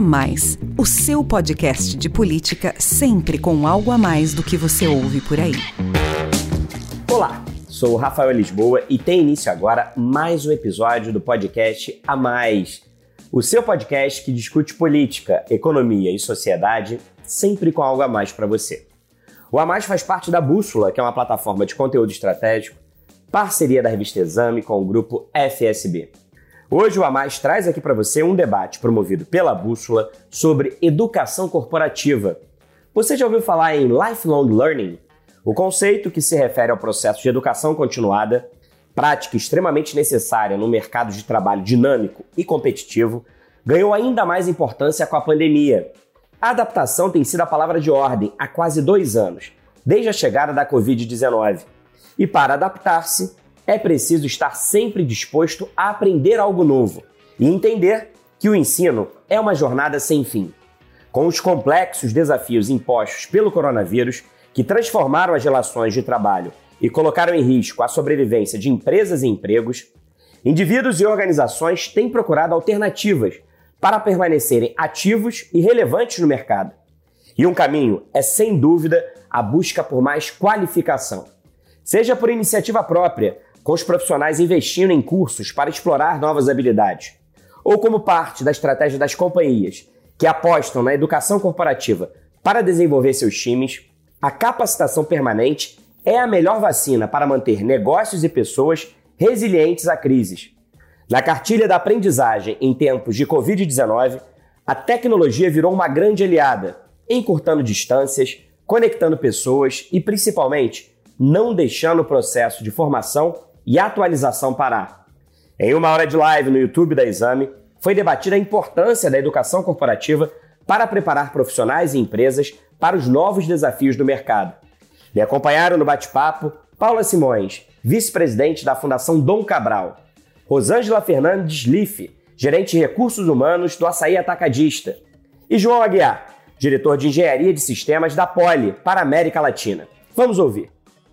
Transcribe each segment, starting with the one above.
Mais, o seu podcast de política sempre com algo a mais do que você ouve por aí. Olá, sou o Rafael Lisboa e tem início agora mais um episódio do podcast A Mais, o seu podcast que discute política, economia e sociedade sempre com algo a mais para você. O A Mais faz parte da Bússola, que é uma plataforma de conteúdo estratégico, parceria da revista Exame com o grupo FSB. Hoje o A Mais traz aqui para você um debate promovido pela Bússola sobre educação corporativa. Você já ouviu falar em Lifelong Learning? O conceito que se refere ao processo de educação continuada, prática extremamente necessária no mercado de trabalho dinâmico e competitivo, ganhou ainda mais importância com a pandemia. A adaptação tem sido a palavra de ordem há quase 2 anos, desde a chegada da Covid-19. E para adaptar-se, é preciso estar sempre disposto a aprender algo novo e entender que o ensino é uma jornada sem fim. Com os complexos desafios impostos pelo coronavírus, que transformaram as relações de trabalho e colocaram em risco a sobrevivência de empresas e empregos, indivíduos e organizações têm procurado alternativas para permanecerem ativos e relevantes no mercado. E um caminho é, sem dúvida, a busca por mais qualificação. Seja por iniciativa própria, com os profissionais investindo em cursos para explorar novas habilidades, ou como parte da estratégia das companhias que apostam na educação corporativa para desenvolver seus times, a capacitação permanente é a melhor vacina para manter negócios e pessoas resilientes a crises. Na cartilha da aprendizagem em tempos de Covid-19, a tecnologia virou uma grande aliada, encurtando distâncias, conectando pessoas e, principalmente, não deixando o processo de formação e atualização parar. Em uma hora de live no YouTube da Exame, foi debatida a importância da educação corporativa para preparar profissionais e empresas para os novos desafios do mercado. Me acompanharam no bate-papo Paula Simões, vice-presidente da Fundação Dom Cabral, Rosângela Fernandes Life, gerente de recursos humanos do Açaí Atacadista, e João Aguiar, diretor de engenharia de sistemas da Poli para a América Latina. Vamos ouvir.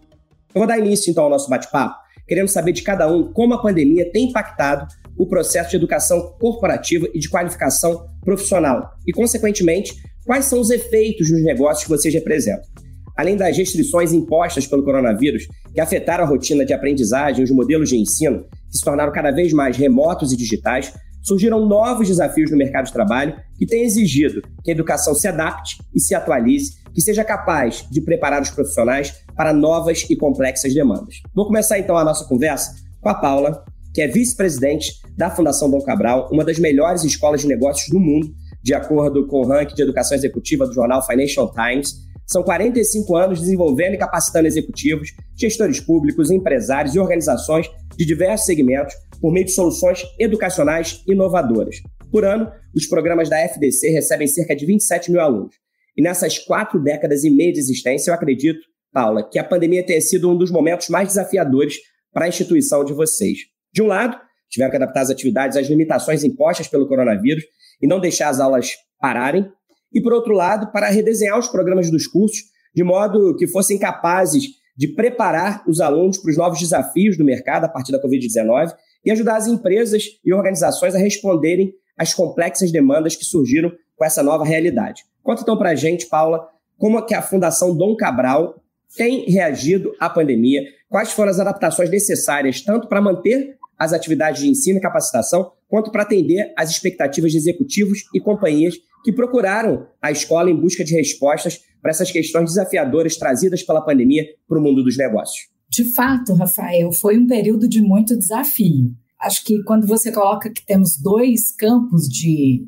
Eu vou dar início então ao nosso bate-papo, querendo saber de cada um como a pandemia tem impactado o processo de educação corporativa e de qualificação profissional e, consequentemente, quais são os efeitos nos negócios que vocês representam. Além das restrições impostas pelo coronavírus, que afetaram a rotina de aprendizagem e os modelos de ensino, que se tornaram cada vez mais remotos e digitais, surgiram novos desafios no mercado de trabalho que têm exigido que a educação se adapte e se atualize, que seja capaz de preparar os profissionais para novas e complexas demandas. Vou começar então a nossa conversa com a Paula, que é vice-presidente da Fundação Dom Cabral, uma das melhores escolas de negócios do mundo, de acordo com o ranking de educação executiva do jornal Financial Times. São 45 anos desenvolvendo e capacitando executivos, gestores públicos, empresários e organizações de diversos segmentos por meio de soluções educacionais inovadoras. Por ano, os programas da FDC recebem cerca de 27 mil alunos. E nessas 4 décadas e meia de existência, eu acredito, Paula, que a pandemia tenha sido um dos momentos mais desafiadores para a instituição de vocês. De um lado, tiveram que adaptar as atividades às limitações impostas pelo coronavírus e não deixar as aulas pararem. E, por outro lado, para redesenhar os programas dos cursos de modo que fossem capazes de preparar os alunos para os novos desafios do mercado a partir da Covid-19 e ajudar as empresas e organizações a responderem às complexas demandas que surgiram com essa nova realidade. Conta então para a gente, Paula, como é que a Fundação Dom Cabral tem reagido à pandemia, quais foram as adaptações necessárias tanto para manter as atividades de ensino e capacitação, quanto para atender às expectativas de executivos e companhias que procuraram a escola em busca de respostas para essas questões desafiadoras trazidas pela pandemia para o mundo dos negócios. De fato, Rafael, foi um período de muito desafio. Acho que quando você coloca que temos 2 campos de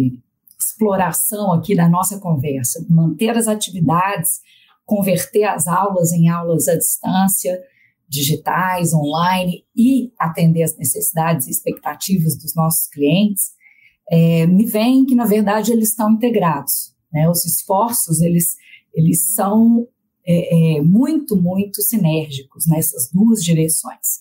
exploração aqui da nossa conversa, manter as atividades, converter as aulas em aulas à distância, digitais, online e atender às necessidades e expectativas dos nossos clientes, me vem que, na verdade, eles estão integrados, né? Os esforços, eles são muito, muito sinérgicos nessas 2 direções.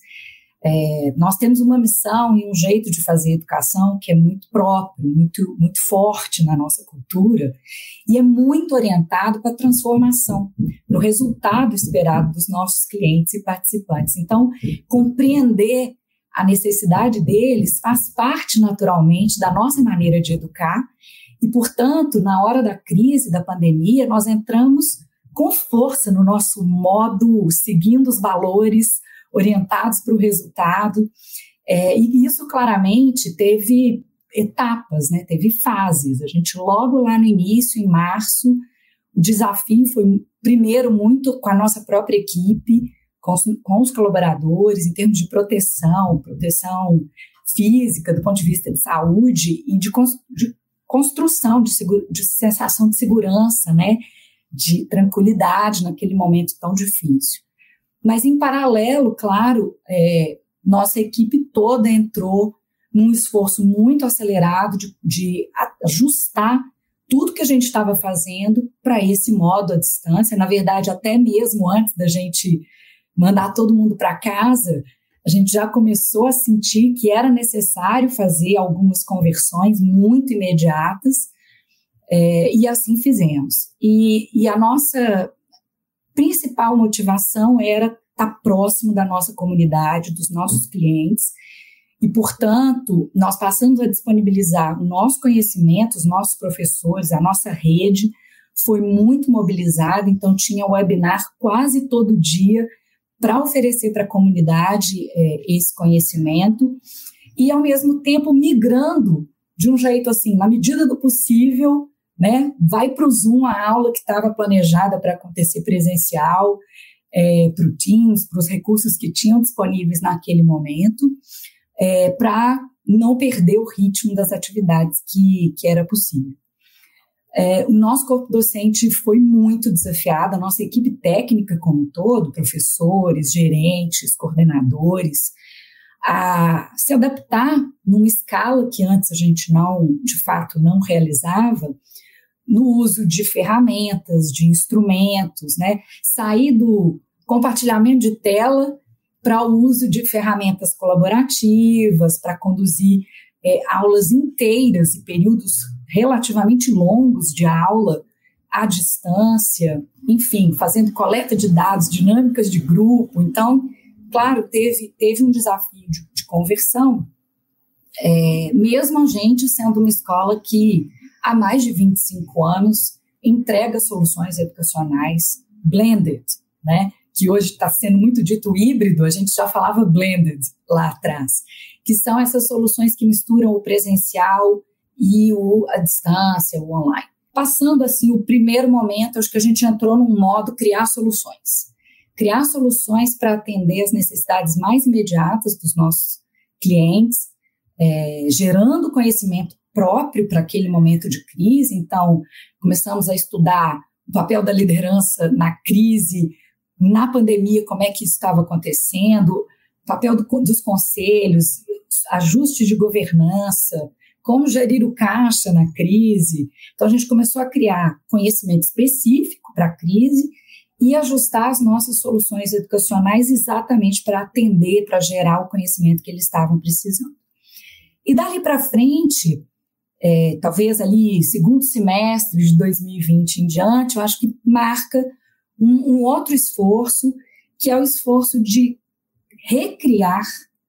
Nós temos uma missão e um jeito de fazer educação que é muito próprio, muito, muito forte na nossa cultura e é muito orientado para a transformação, para o resultado esperado dos nossos clientes e participantes. Então, compreender a necessidade deles faz parte naturalmente da nossa maneira de educar E, portanto, na hora da crise, da pandemia, nós entramos com força no nosso modo, seguindo os valores, orientados para o resultado. E isso, claramente, teve etapas, né? Teve fases. A gente, logo lá no início, em março, o desafio foi, primeiro, muito com a nossa própria equipe, com os colaboradores, em termos de proteção física, do ponto de vista de saúde e de construção de sensação de segurança, né? De tranquilidade naquele momento tão difícil. Mas, em paralelo, claro, nossa equipe toda entrou num esforço muito acelerado de ajustar tudo que a gente estava fazendo para esse modo à distância. Na verdade, até mesmo antes da gente mandar todo mundo para casa, a gente já começou a sentir que era necessário fazer algumas conversões muito imediatas, e assim fizemos. E a nossa principal motivação era estar próximo da nossa comunidade, dos nossos clientes, e, portanto, nós passamos a disponibilizar o nosso conhecimento, os nossos professores, a nossa rede foi muito mobilizada, então tinha webinar quase todo dia para oferecer para a comunidade esse conhecimento e, ao mesmo tempo, migrando de um jeito assim, na medida do possível, né? Vai para o Zoom a aula que estava planejada para acontecer presencial, para o Teams, para os recursos que tinham disponíveis naquele momento, para não perder o ritmo das atividades que era possível. O nosso corpo docente foi muito desafiado, a nossa equipe técnica como um todo, professores, gerentes, coordenadores, a se adaptar numa escala que antes a gente de fato não realizava, no uso de ferramentas, de instrumentos, né? Sair do compartilhamento de tela para o uso de ferramentas colaborativas, para conduzir aulas inteiras e períodos relativamente longos de aula à distância, enfim, fazendo coleta de dados, dinâmicas de grupo. Então, claro, teve um desafio de conversão, mesmo a gente sendo uma escola que há mais de 25 anos entrega soluções educacionais blended, né? Que hoje está sendo muito dito híbrido, a gente já falava blended lá atrás, que são essas soluções que misturam o presencial e a distância, o online. Passando, assim, o primeiro momento, acho que a gente entrou num modo criar soluções. Criar soluções para atender as necessidades mais imediatas dos nossos clientes, gerando conhecimento próprio para aquele momento de crise. Então, começamos a estudar o papel da liderança na crise, na pandemia, como é que isso estava acontecendo, o papel dos conselhos, ajustes de governança, como gerir o caixa na crise. Então, a gente começou a criar conhecimento específico para a crise e ajustar as nossas soluções educacionais exatamente para atender, para gerar o conhecimento que eles estavam precisando. E dali para frente, talvez ali segundo semestre de 2020 em diante, eu acho que marca um outro esforço, que é o esforço de recriar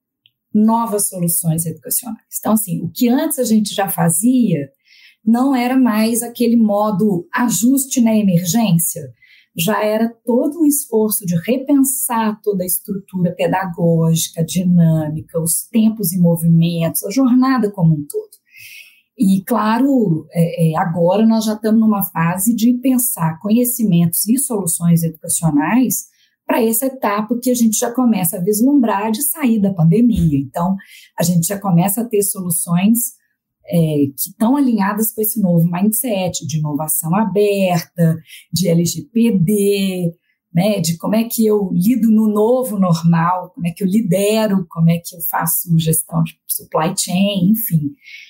novas soluções educacionais. Então, assim, o que antes a gente já fazia não era mais aquele modo ajuste na emergência, já era todo um esforço de repensar toda a estrutura pedagógica, dinâmica, os tempos e movimentos, a jornada como um todo. E, claro, agora nós já estamos numa fase de pensar conhecimentos e soluções educacionais para essa etapa que a gente já começa a vislumbrar de sair da pandemia. Então, a gente já começa a ter soluções que estão alinhadas com esse novo mindset de inovação aberta, de LGPD, né, de como é que eu lido no novo normal, como é que eu lidero, como é que eu faço gestão de supply chain, enfim.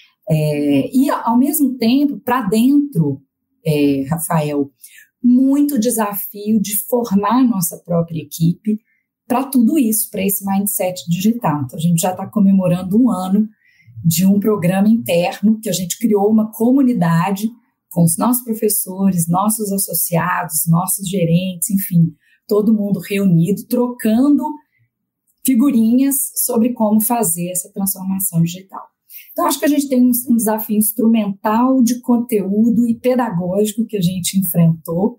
E, ao mesmo tempo, para dentro, Rafael, muito desafio de formar nossa própria equipe para tudo isso, para esse mindset digital. Então, a gente já está comemorando 1 ano de um programa interno que a gente criou uma comunidade com os nossos professores, nossos associados, nossos gerentes, enfim, todo mundo reunido, trocando figurinhas sobre como fazer essa transformação digital. Então, acho que a gente tem um desafio instrumental de conteúdo e pedagógico que a gente enfrentou,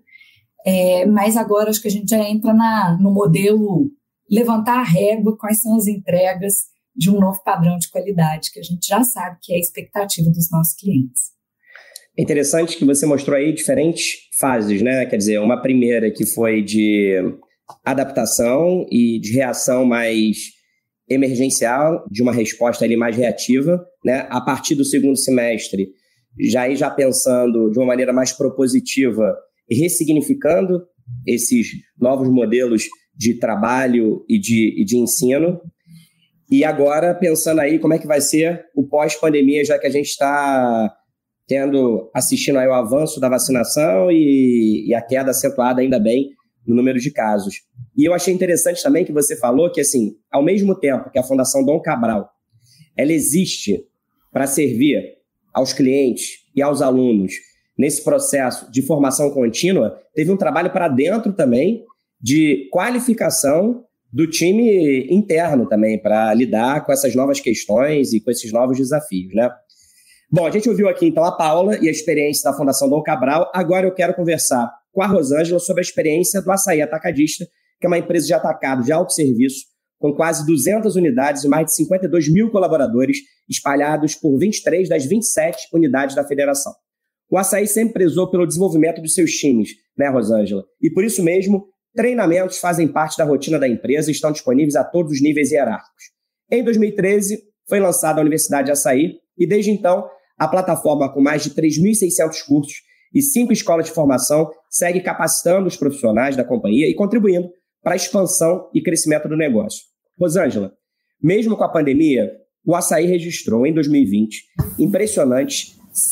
mas agora acho que a gente já entra no modelo levantar a régua, quais são as entregas de um novo padrão de qualidade, que a gente já sabe que é a expectativa dos nossos clientes. É interessante que você mostrou aí diferentes fases, né? Quer dizer, uma primeira que foi de adaptação e de reação mais emergencial, de uma resposta ali mais reativa, né? A partir do segundo semestre, já pensando de uma maneira mais propositiva e ressignificando esses novos modelos de trabalho e de ensino. E agora, pensando aí como é que vai ser o pós-pandemia, já que a gente está assistindo aí o avanço da vacinação e a queda acentuada, ainda bem, no número de casos. E eu achei interessante também que você falou que, assim, ao mesmo tempo que a Fundação Dom Cabral, ela existe para servir aos clientes e aos alunos nesse processo de formação contínua, teve um trabalho para dentro também de qualificação do time interno também, para lidar com essas novas questões e com esses novos desafios, né? Bom, a gente ouviu aqui, então, a Paula e a experiência da Fundação Dom Cabral. Agora eu quero conversar com a Rosângela sobre a experiência do Açaí Atacadista, que é uma empresa de atacado de autosserviço, com quase 200 unidades e mais de 52 mil colaboradores espalhados por 23 das 27 unidades da federação. O Açaí sempre prezou pelo desenvolvimento dos seus times, né, Rosângela? E por isso mesmo, treinamentos fazem parte da rotina da empresa e estão disponíveis a todos os níveis hierárquicos. Em 2013, foi lançada a Universidade Açaí e, desde então, a plataforma com mais de 3.600 cursos e 5 escolas de formação segue capacitando os profissionais da companhia e contribuindo para a expansão e crescimento do negócio. Rosângela, mesmo com a pandemia, o Açaí registrou em 2020 impressionantes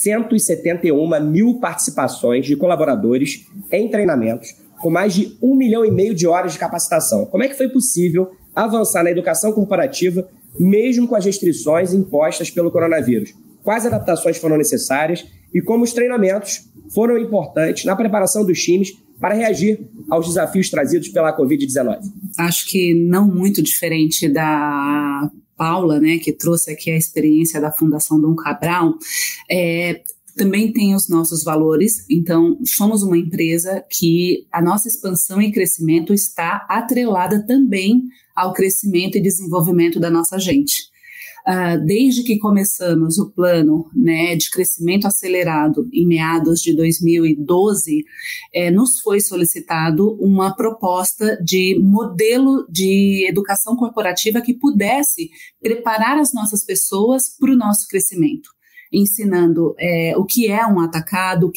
171 mil participações de colaboradores em treinamentos, com mais de 1,5 milhão de horas de capacitação. Como é que foi possível avançar na educação corporativa, mesmo com as restrições impostas pelo coronavírus? Quais adaptações foram necessárias e como os treinamentos foram importantes na preparação dos times para reagir aos desafios trazidos pela Covid-19? Acho que não muito diferente da Paula, né, que trouxe aqui a experiência da Fundação Dom Cabral, também tem os nossos valores. Então, somos uma empresa que a nossa expansão e crescimento está atrelada também ao crescimento e desenvolvimento da nossa gente. Desde que começamos o plano, né, de crescimento acelerado em meados de 2012, nos foi solicitado uma proposta de modelo de educação corporativa que pudesse preparar as nossas pessoas para o nosso crescimento, ensinando o que é um atacado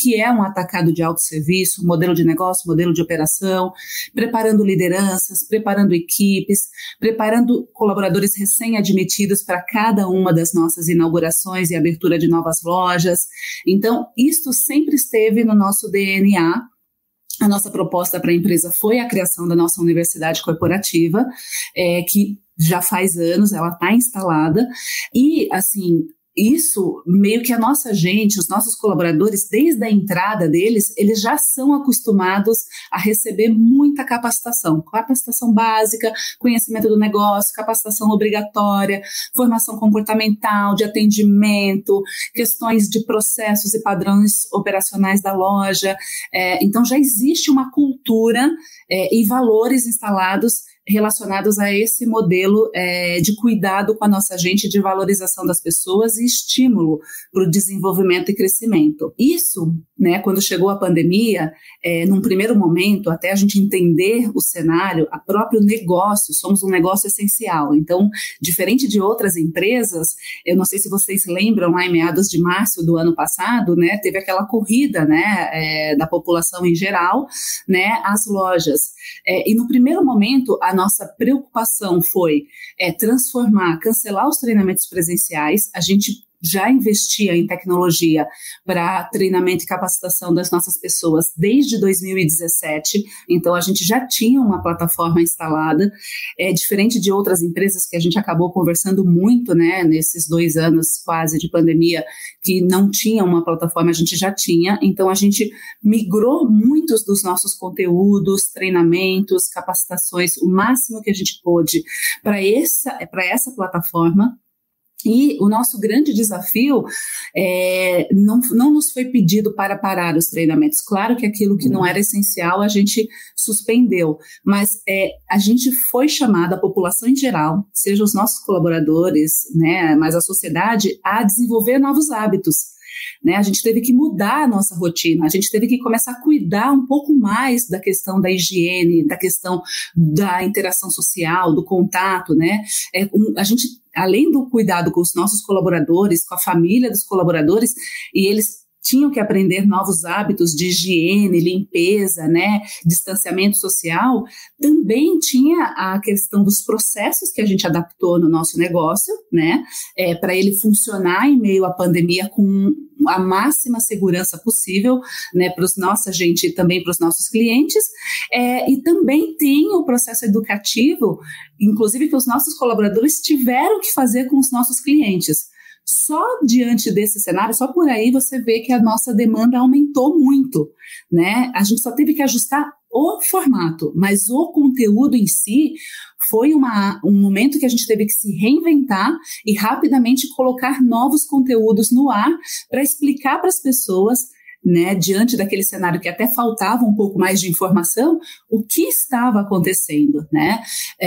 de autosserviço, modelo de negócio, modelo de operação, preparando lideranças, preparando equipes, preparando colaboradores recém-admitidos para cada uma das nossas inaugurações e abertura de novas lojas. Então, isso sempre esteve no nosso DNA. A nossa proposta para a empresa foi a criação da nossa universidade corporativa, que já faz anos, ela está instalada, e, assim, isso, meio que a nossa gente, os nossos colaboradores, desde a entrada deles, eles já são acostumados a receber muita capacitação básica, conhecimento do negócio, capacitação obrigatória, formação comportamental, de atendimento, questões de processos e padrões operacionais da loja. Então, já existe uma cultura e valores instalados relacionados a esse modelo de cuidado com a nossa gente, de valorização das pessoas e estímulo para o desenvolvimento e crescimento. Isso, né, quando chegou a pandemia, num primeiro momento, até a gente entender o cenário, a próprio negócio, somos um negócio essencial. Então, diferente de outras empresas, eu não sei se vocês lembram, lá em meados de março do ano passado, né, teve aquela corrida, né, da população em geral, né, às lojas. E no primeiro momento, a nossa preocupação foi cancelar os treinamentos presenciais. A gente já investia em tecnologia para treinamento e capacitação das nossas pessoas desde 2017, então a gente já tinha uma plataforma instalada, diferente de outras empresas que a gente acabou conversando muito, né, nesses 2 anos quase de pandemia, que não tinha uma plataforma, a gente já tinha, então a gente migrou muitos dos nossos conteúdos, treinamentos, capacitações, o máximo que a gente pôde para essa plataforma. E o nosso grande desafio não nos foi pedido para parar os treinamentos. Claro que aquilo que não era essencial a gente suspendeu, mas a gente foi chamada, a população em geral, seja os nossos colaboradores, né, mas a sociedade, a desenvolver novos hábitos. Né, a gente teve que mudar a nossa rotina, a gente teve que começar a cuidar um pouco mais da questão da higiene, da questão da interação social, do contato, né? A gente, além do cuidado com os nossos colaboradores, com a família dos colaboradores, e eles tinham que aprender novos hábitos de higiene, limpeza, né, distanciamento social, também tinha a questão dos processos que a gente adaptou no nosso negócio, né, para ele funcionar em meio à pandemia com a máxima segurança possível, né, para nossa gente e também para os nossos clientes, e também tem o processo educativo, inclusive que os nossos colaboradores tiveram que fazer com os nossos clientes. Só diante desse cenário, só por aí você vê que a nossa demanda aumentou muito, né? A gente só teve que ajustar o formato, mas o conteúdo em si foi um momento que a gente teve que se reinventar e rapidamente colocar novos conteúdos no ar para explicar para as pessoas, né, diante daquele cenário que até faltava um pouco mais de informação, o que estava acontecendo, né?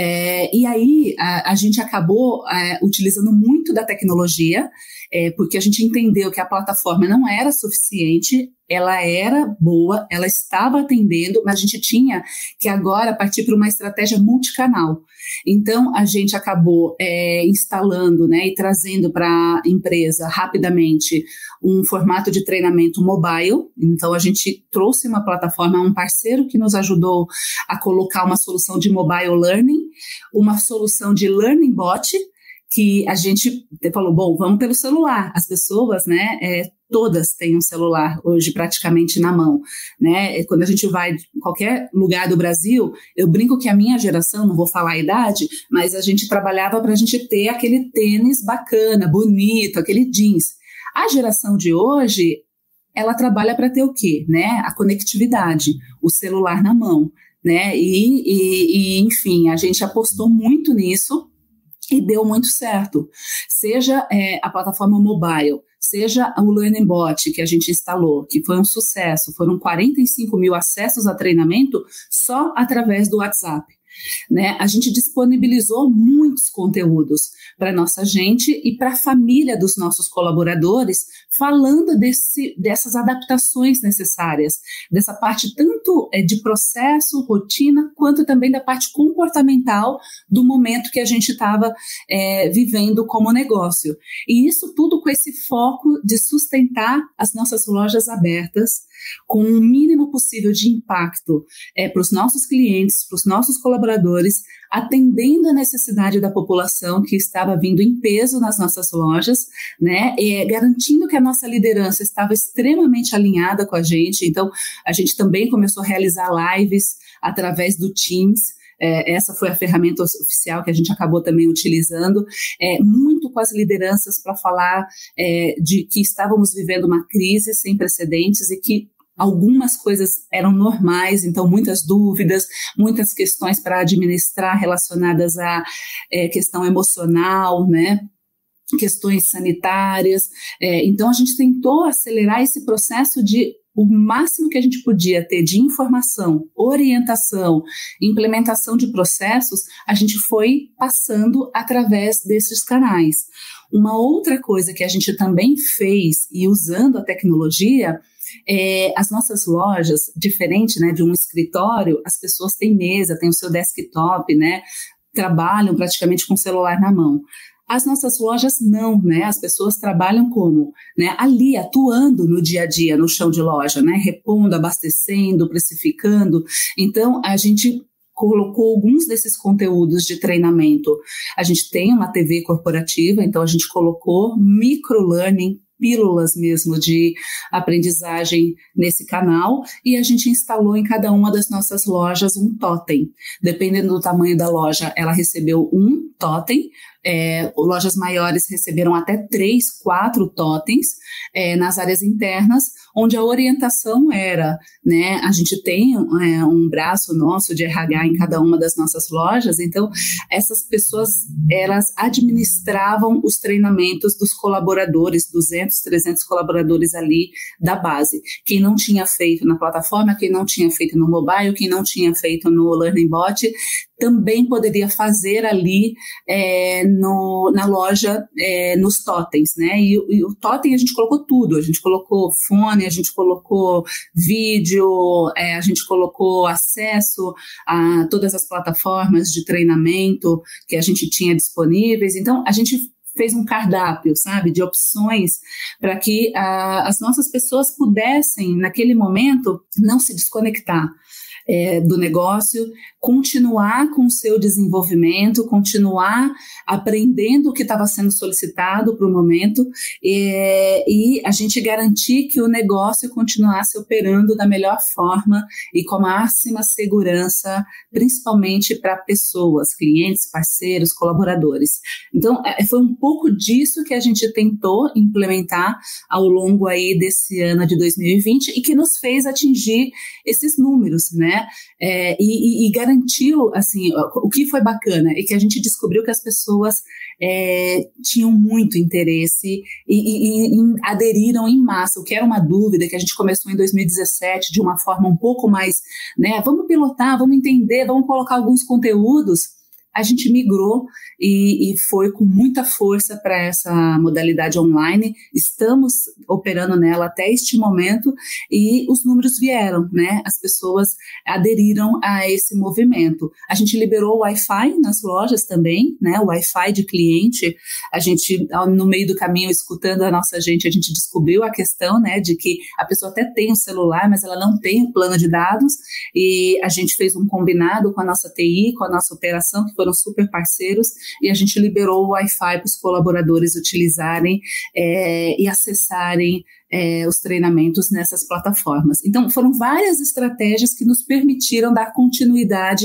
E aí a gente acabou utilizando muito da tecnologia, porque a gente entendeu que a plataforma não era suficiente, ela era boa, ela estava atendendo, mas a gente tinha que agora partir para uma estratégia multicanal. Então, a gente acabou instalando, né, e trazendo para a empresa rapidamente um formato de treinamento mobile. Então, a gente trouxe uma plataforma, um parceiro que nos ajudou a colocar uma solução de mobile learning, uma solução de learning bot, que a gente falou, bom, vamos pelo celular. As pessoas, né, todas têm um celular hoje praticamente na mão, né? Quando a gente vai em qualquer lugar do Brasil, eu brinco que a minha geração, não vou falar a idade, mas a gente trabalhava para a gente ter aquele tênis bacana, bonito, aquele jeans. A geração de hoje, ela trabalha para ter o quê? Né? A conectividade, o celular na mão, né? E enfim, a gente apostou muito nisso, e deu muito certo, seja a plataforma mobile, seja o Learning Bot que a gente instalou, que foi um sucesso, foram 45 mil acessos a treinamento só através do WhatsApp. Né? A gente disponibilizou muitos conteúdos para a nossa gente e para a família dos nossos colaboradores, falando dessas adaptações necessárias, dessa parte tanto de processo, rotina, quanto também da parte comportamental do momento que a gente estava vivendo como negócio. E isso tudo com esse foco de sustentar as nossas lojas abertas, com o mínimo possível de impacto para os nossos clientes, para os nossos colaboradores, atendendo a necessidade da população que estava vindo em peso nas nossas lojas, né, garantindo que a nossa liderança estava extremamente alinhada com a gente. Então, a gente também começou a realizar lives através do Teams. Essa foi a ferramenta oficial que a gente acabou também utilizando, muito com as lideranças para falar de que estávamos vivendo uma crise sem precedentes e que algumas coisas eram normais, então muitas dúvidas, muitas questões para administrar relacionadas à questão emocional, né? Questões sanitárias. Então a gente tentou acelerar esse processo de o máximo que a gente podia ter de informação, orientação, implementação de processos, a gente foi passando através desses canais. Uma outra coisa que a gente também fez, e usando a tecnologia, as nossas lojas, diferente, né, de um escritório, as pessoas têm mesa, têm o seu desktop, né, trabalham praticamente com o celular na mão. As nossas lojas não, né? As pessoas trabalham como? Né? Ali, atuando no dia a dia, no chão de loja, né? Repondo, abastecendo, precificando. Então, a gente colocou alguns desses conteúdos de treinamento. A gente tem uma TV corporativa, então a gente colocou microlearning, pílulas mesmo de aprendizagem nesse canal, e a gente instalou em cada uma das nossas lojas um totem. Dependendo do tamanho da loja, ela recebeu um totem, Lojas maiores receberam até 3, 4 totens nas áreas internas, onde a orientação era, né, a gente tem um braço nosso de RH em cada uma das nossas lojas, então essas pessoas, elas administravam os treinamentos dos colaboradores, 200, 300 colaboradores ali da base. Quem não tinha feito na plataforma, quem não tinha feito no mobile, quem não tinha feito no Learning Bot, também poderia fazer ali na loja, nos totens, né? E o totem a gente colocou tudo, a gente colocou fone, a gente colocou vídeo, a gente colocou acesso a todas as plataformas de treinamento que a gente tinha disponíveis. Então, a gente fez um cardápio, sabe, de opções para que as nossas pessoas pudessem, naquele momento, não se desconectar do negócio, continuar com o seu desenvolvimento, continuar aprendendo o que estava sendo solicitado para o momento e a gente garantir que o negócio continuasse operando da melhor forma e com a máxima segurança, principalmente para pessoas, clientes, parceiros, colaboradores. Então, foi um pouco disso que a gente tentou implementar ao longo aí desse ano de 2020 e que nos fez atingir esses números, né? E garantiu, assim, o que foi bacana é que a gente descobriu que as pessoas tinham muito interesse e aderiram em massa, o que era uma dúvida que a gente começou em 2017 de uma forma um pouco mais, né, vamos pilotar, vamos entender, vamos colocar alguns conteúdos. A gente migrou e foi com muita força para essa modalidade online. Estamos operando nela até este momento e os números vieram, né? As pessoas aderiram a esse movimento. A gente liberou o Wi-Fi nas lojas também, né? O Wi-Fi de cliente. A gente, no meio do caminho, escutando a nossa gente, a gente descobriu a questão, né, de que a pessoa até tem um celular, mas ela não tem um plano de dados, e a gente fez um combinado com a nossa TI, com a nossa operação, que foram super parceiros, e a gente liberou o Wi-Fi para os colaboradores utilizarem e acessarem os treinamentos nessas plataformas. Então, foram várias estratégias que nos permitiram dar continuidade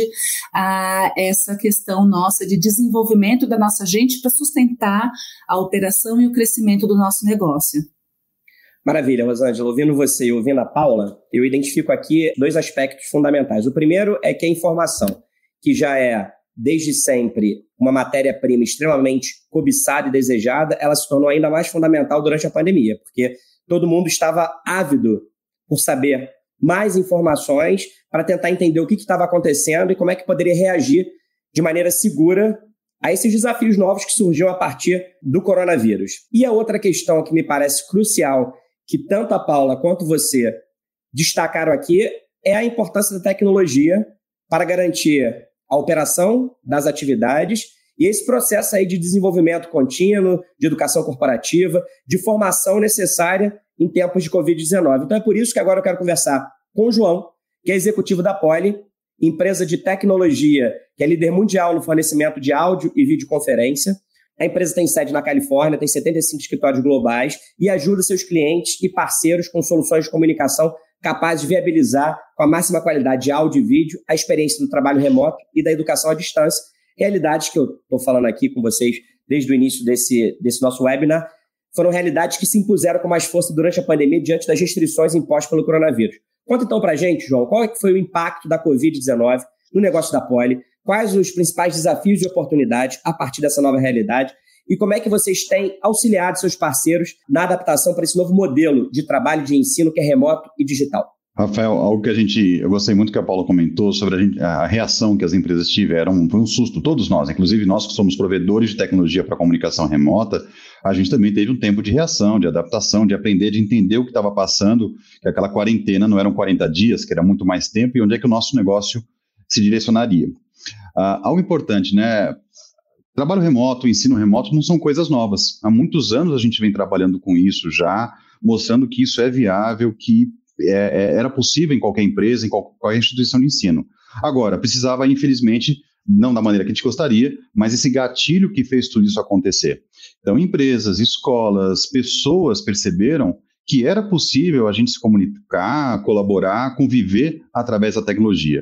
a essa questão nossa de desenvolvimento da nossa gente para sustentar a operação e o crescimento do nosso negócio. Maravilha, Rosângela. Ouvindo você e ouvindo a Paula, eu identifico aqui 2 aspectos fundamentais. O primeiro é que a informação, que já é desde sempre uma matéria-prima extremamente cobiçada e desejada, ela se tornou ainda mais fundamental durante a pandemia, porque todo mundo estava ávido por saber mais informações para tentar entender o que estava acontecendo e como é que poderia reagir de maneira segura a esses desafios novos que surgiam a partir do coronavírus. E a outra questão que me parece crucial, que tanto a Paula quanto você destacaram aqui, é a importância da tecnologia para garantir a operação das atividades e esse processo aí de desenvolvimento contínuo, de educação corporativa, de formação necessária em tempos de Covid-19. Então é por isso que agora eu quero conversar com o João, que é executivo da Poly, empresa de tecnologia que é líder mundial no fornecimento de áudio e videoconferência. A empresa tem sede na Califórnia, tem 75 escritórios globais e ajuda seus clientes e parceiros com soluções de comunicação capazes de viabilizar com a máxima qualidade de áudio e vídeo a experiência do trabalho remoto e da educação à distância. Realidades que eu estou falando aqui com vocês desde o início desse nosso webinar foram realidades que se impuseram com mais força durante a pandemia diante das restrições impostas pelo coronavírus. Conta então para a gente, João, qual é que foi o impacto da Covid-19 no negócio da Poly, quais os principais desafios e oportunidades a partir dessa nova realidade e como é que vocês têm auxiliado seus parceiros na adaptação para esse novo modelo de trabalho de ensino que é remoto e digital. Rafael, algo que eu gostei muito que a Paula comentou sobre a reação que as empresas tiveram, foi um susto, todos nós, inclusive nós que somos provedores de tecnologia para comunicação remota, a gente também teve um tempo de reação, de adaptação, de aprender, de entender o que estava passando, que aquela quarentena não eram 40 dias, que era muito mais tempo, e onde é que o nosso negócio se direcionaria. Algo importante, né? Trabalho remoto, ensino remoto não são coisas novas. Há muitos anos a gente vem trabalhando com isso já, mostrando que isso é viável, que era possível em qualquer empresa, em qualquer instituição de ensino. Agora, precisava, infelizmente, não da maneira que a gente gostaria, mas esse gatilho que fez tudo isso acontecer. Então, empresas, escolas, pessoas perceberam que era possível a gente se comunicar, colaborar, conviver através da tecnologia.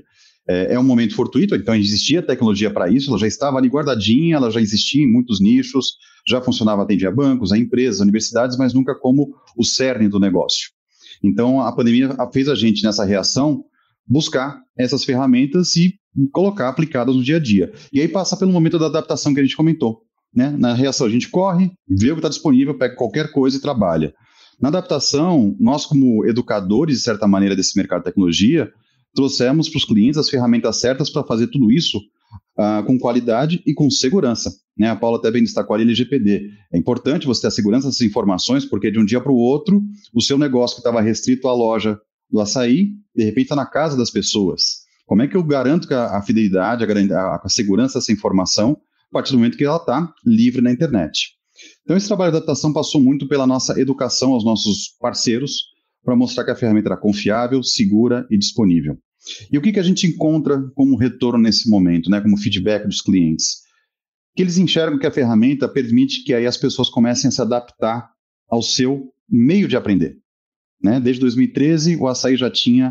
É um momento fortuito, então existia tecnologia para isso, ela já estava ali guardadinha, ela já existia em muitos nichos, já funcionava, atendia bancos, a empresas, universidades, mas nunca como o cerne do negócio. Então, a pandemia fez a gente, nessa reação, buscar essas ferramentas e colocar aplicadas no dia a dia. E aí passa pelo momento da adaptação que a gente comentou, né? Na reação, a gente corre, vê o que está disponível, pega qualquer coisa e trabalha. Na adaptação, nós, como educadores, de certa maneira, desse mercado de tecnologia, trouxemos para os clientes as ferramentas certas para fazer tudo isso com qualidade e com segurança. Né? A Paula até bem destacou ali LGPD. É importante você ter a segurança dessas informações, porque de um dia para o outro, o seu negócio que estava restrito à loja do açaí, de repente está na casa das pessoas. Como é que eu garanto que a fidelidade, a segurança dessa informação, a partir do momento que ela está livre na internet? Então, esse trabalho de adaptação passou muito pela nossa educação aos nossos parceiros, para mostrar que a ferramenta era confiável, segura e disponível. E o que a gente encontra como retorno nesse momento, né, como feedback dos clientes? Que eles enxergam que a ferramenta permite que aí as pessoas comecem a se adaptar ao seu meio de aprender. Né? Desde 2013, o Açaí já tinha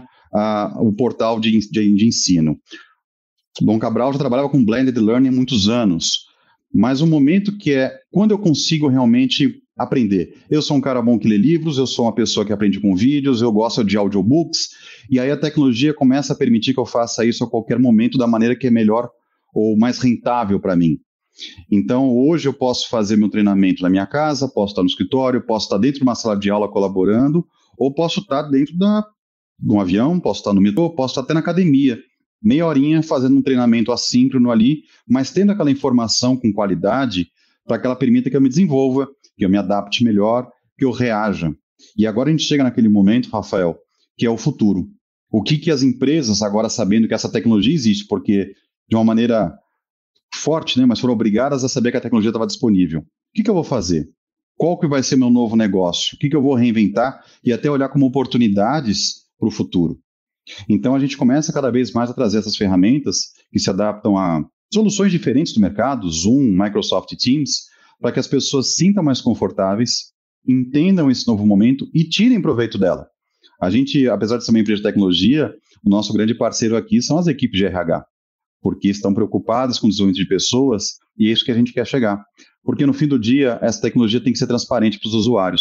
o portal de ensino. Dom Cabral já trabalhava com Blended Learning há muitos anos, mas o momento que é quando eu consigo realmente aprender. Eu sou um cara bom que lê livros, eu sou uma pessoa que aprende com vídeos, eu gosto de audiobooks, e aí a tecnologia começa a permitir que eu faça isso a qualquer momento da maneira que é melhor ou mais rentável para mim. Então, hoje eu posso fazer meu treinamento na minha casa, posso estar no escritório, posso estar dentro de uma sala de aula colaborando, ou posso estar dentro de um avião, posso estar no metrô, posso estar até na academia, meia horinha fazendo um treinamento assíncrono ali, mas tendo aquela informação com qualidade para que ela permita que eu me desenvolva, que eu me adapte melhor, que eu reaja. E agora a gente chega naquele momento, Rafael, que é o futuro. O que as empresas, agora sabendo que essa tecnologia existe, porque de uma maneira forte, né, mas foram obrigadas a saber que a tecnologia estava disponível. O que eu vou fazer? Qual que vai ser meu novo negócio? O que eu vou reinventar e até olhar como oportunidades para o futuro? Então a gente começa cada vez mais a trazer essas ferramentas que se adaptam a soluções diferentes do mercado, Zoom, Microsoft Teams, para que as pessoas se sintam mais confortáveis, entendam esse novo momento e tirem proveito dela. A gente, apesar de ser uma empresa de tecnologia, o nosso grande parceiro aqui são as equipes de RH, porque estão preocupadas com o desenvolvimento de pessoas e é isso que a gente quer chegar. Porque no fim do dia, essa tecnologia tem que ser transparente para os usuários.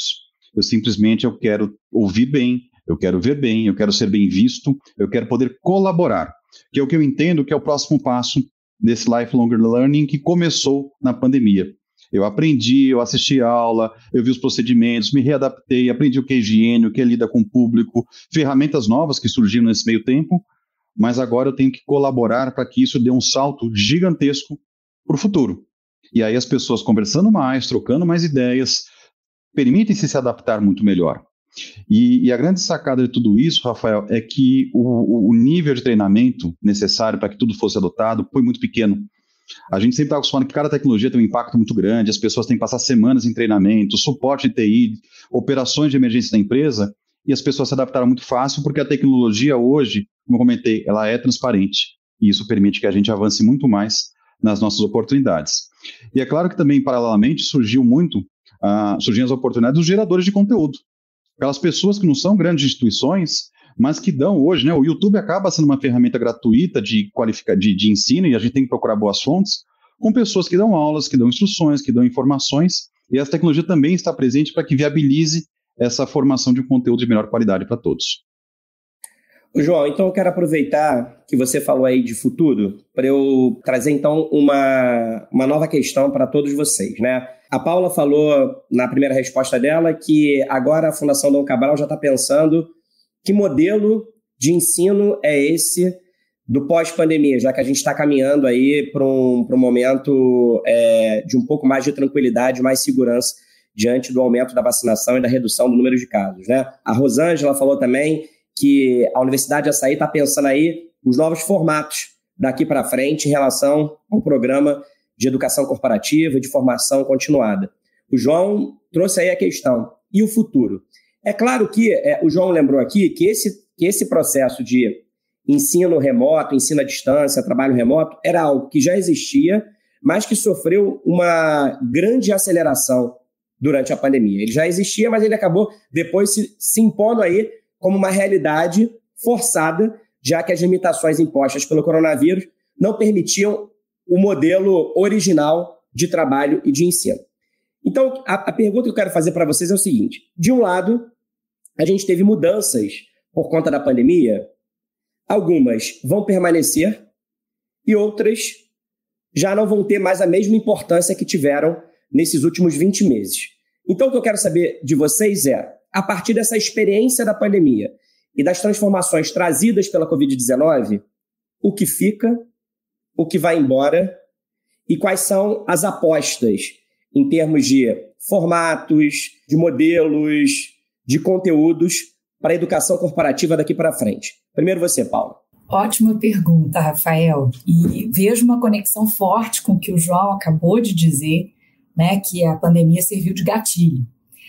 Eu quero ouvir bem, eu quero ver bem, eu quero ser bem visto, eu quero poder colaborar, que é o que eu entendo que é o próximo passo desse lifelong learning que começou na pandemia. Eu aprendi, eu assisti a aula, eu vi os procedimentos, me readaptei, aprendi o que é higiene, o que é lida com o público, ferramentas novas que surgiram nesse meio tempo, mas agora eu tenho que colaborar para que isso dê um salto gigantesco para o futuro. E aí as pessoas conversando mais, trocando mais ideias, permitem-se se adaptar muito melhor. E a grande sacada de tudo isso, Rafael, é que o nível de treinamento necessário para que tudo fosse adotado foi muito pequeno. A gente sempre está acostumado que cada tecnologia tem um impacto muito grande, as pessoas têm que passar semanas em treinamento, suporte de TI, operações de emergência da empresa, e as pessoas se adaptaram muito fácil, porque a tecnologia hoje, como eu comentei, ela é transparente, e isso permite que a gente avance muito mais nas nossas oportunidades. E é claro que também, paralelamente, surgiam as oportunidades dos geradores de conteúdo. Aquelas pessoas que não são grandes instituições, mas que dão hoje, né? O YouTube acaba sendo uma ferramenta gratuita de ensino, e a gente tem que procurar boas fontes, com pessoas que dão aulas, que dão instruções, que dão informações, e essa tecnologia também está presente para que viabilize essa formação de um conteúdo de melhor qualidade para todos. João, então eu quero aproveitar que você falou aí de futuro para eu trazer então uma nova questão para todos vocês, né? A Paula falou na primeira resposta dela que agora a Fundação Dom Cabral já está pensando que modelo de ensino é esse do pós-pandemia, já que a gente está caminhando aí para um momento de um pouco mais de tranquilidade, mais segurança diante do aumento da vacinação e da redução do número de casos, né? A Rosângela falou também que a Universidade de Açaí está pensando aí os novos formatos daqui para frente em relação ao programa de educação corporativa e de formação continuada. O João trouxe aí a questão. E o futuro? É claro que o João lembrou aqui que esse processo de ensino remoto, ensino à distância, trabalho remoto, era algo que já existia, mas que sofreu uma grande aceleração durante a pandemia. Ele já existia, mas ele acabou depois se impondo aí como uma realidade forçada já que as limitações impostas pelo coronavírus não permitiam o modelo original de trabalho e de ensino. Então, a pergunta que eu quero fazer para vocês é o seguinte: de um lado, a gente teve mudanças por conta da pandemia, algumas vão permanecer e outras já não vão ter mais a mesma importância que tiveram nesses últimos 20 meses. Então, o que eu quero saber de vocês é, a partir dessa experiência da pandemia e das transformações trazidas pela Covid-19, o que fica, o que vai embora e quais são as apostas em termos de formatos, de modelos, de conteúdos para a educação corporativa daqui para frente. Primeiro você, Paula. Ótima pergunta, Rafael. E vejo uma conexão forte com o que o João acabou de dizer, né, que a pandemia serviu de gatilho.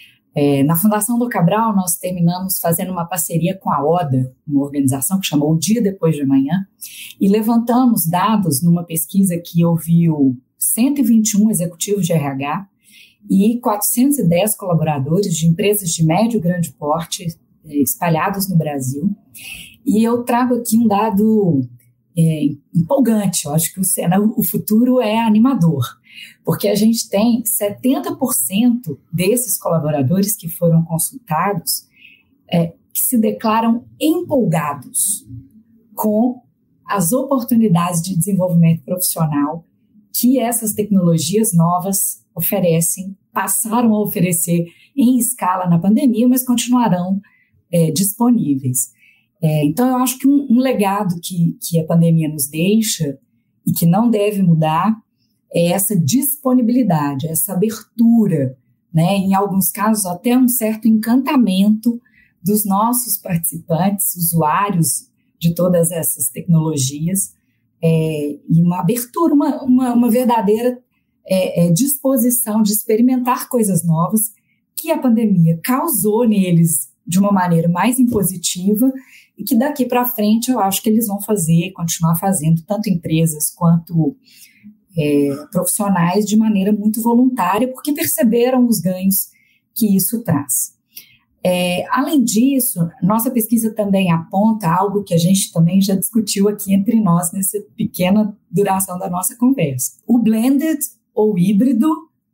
Na Fundação Dom Cabral, nós terminamos fazendo uma parceria com a ODA, uma organização que chamou O Dia Depois de Amanhã, e levantamos dados numa pesquisa que ouviu 121 executivos de RH e 410 colaboradores de empresas de médio e grande porte espalhados no Brasil. E eu trago aqui um dado empolgante. Eu acho que o futuro é animador, porque a gente tem 70% desses colaboradores que foram consultados que se declaram empolgados com as oportunidades de desenvolvimento profissional que essas tecnologias novas oferecem, passaram a oferecer em escala na pandemia, mas continuarão disponíveis. Então, eu acho que um legado que a pandemia nos deixa e que não deve mudar é essa disponibilidade, essa abertura, né? Em alguns casos, até um certo encantamento dos nossos participantes, usuários de todas essas tecnologias, e uma abertura, uma verdadeira disposição de experimentar coisas novas que a pandemia causou neles de uma maneira mais impositiva e que daqui para frente eu acho que eles vão continuar fazendo, tanto empresas quanto profissionais, de maneira muito voluntária, porque perceberam os ganhos que isso traz. Além disso, nossa pesquisa também aponta algo que a gente também já discutiu aqui entre nós nessa pequena duração da nossa conversa. O blended ou híbrido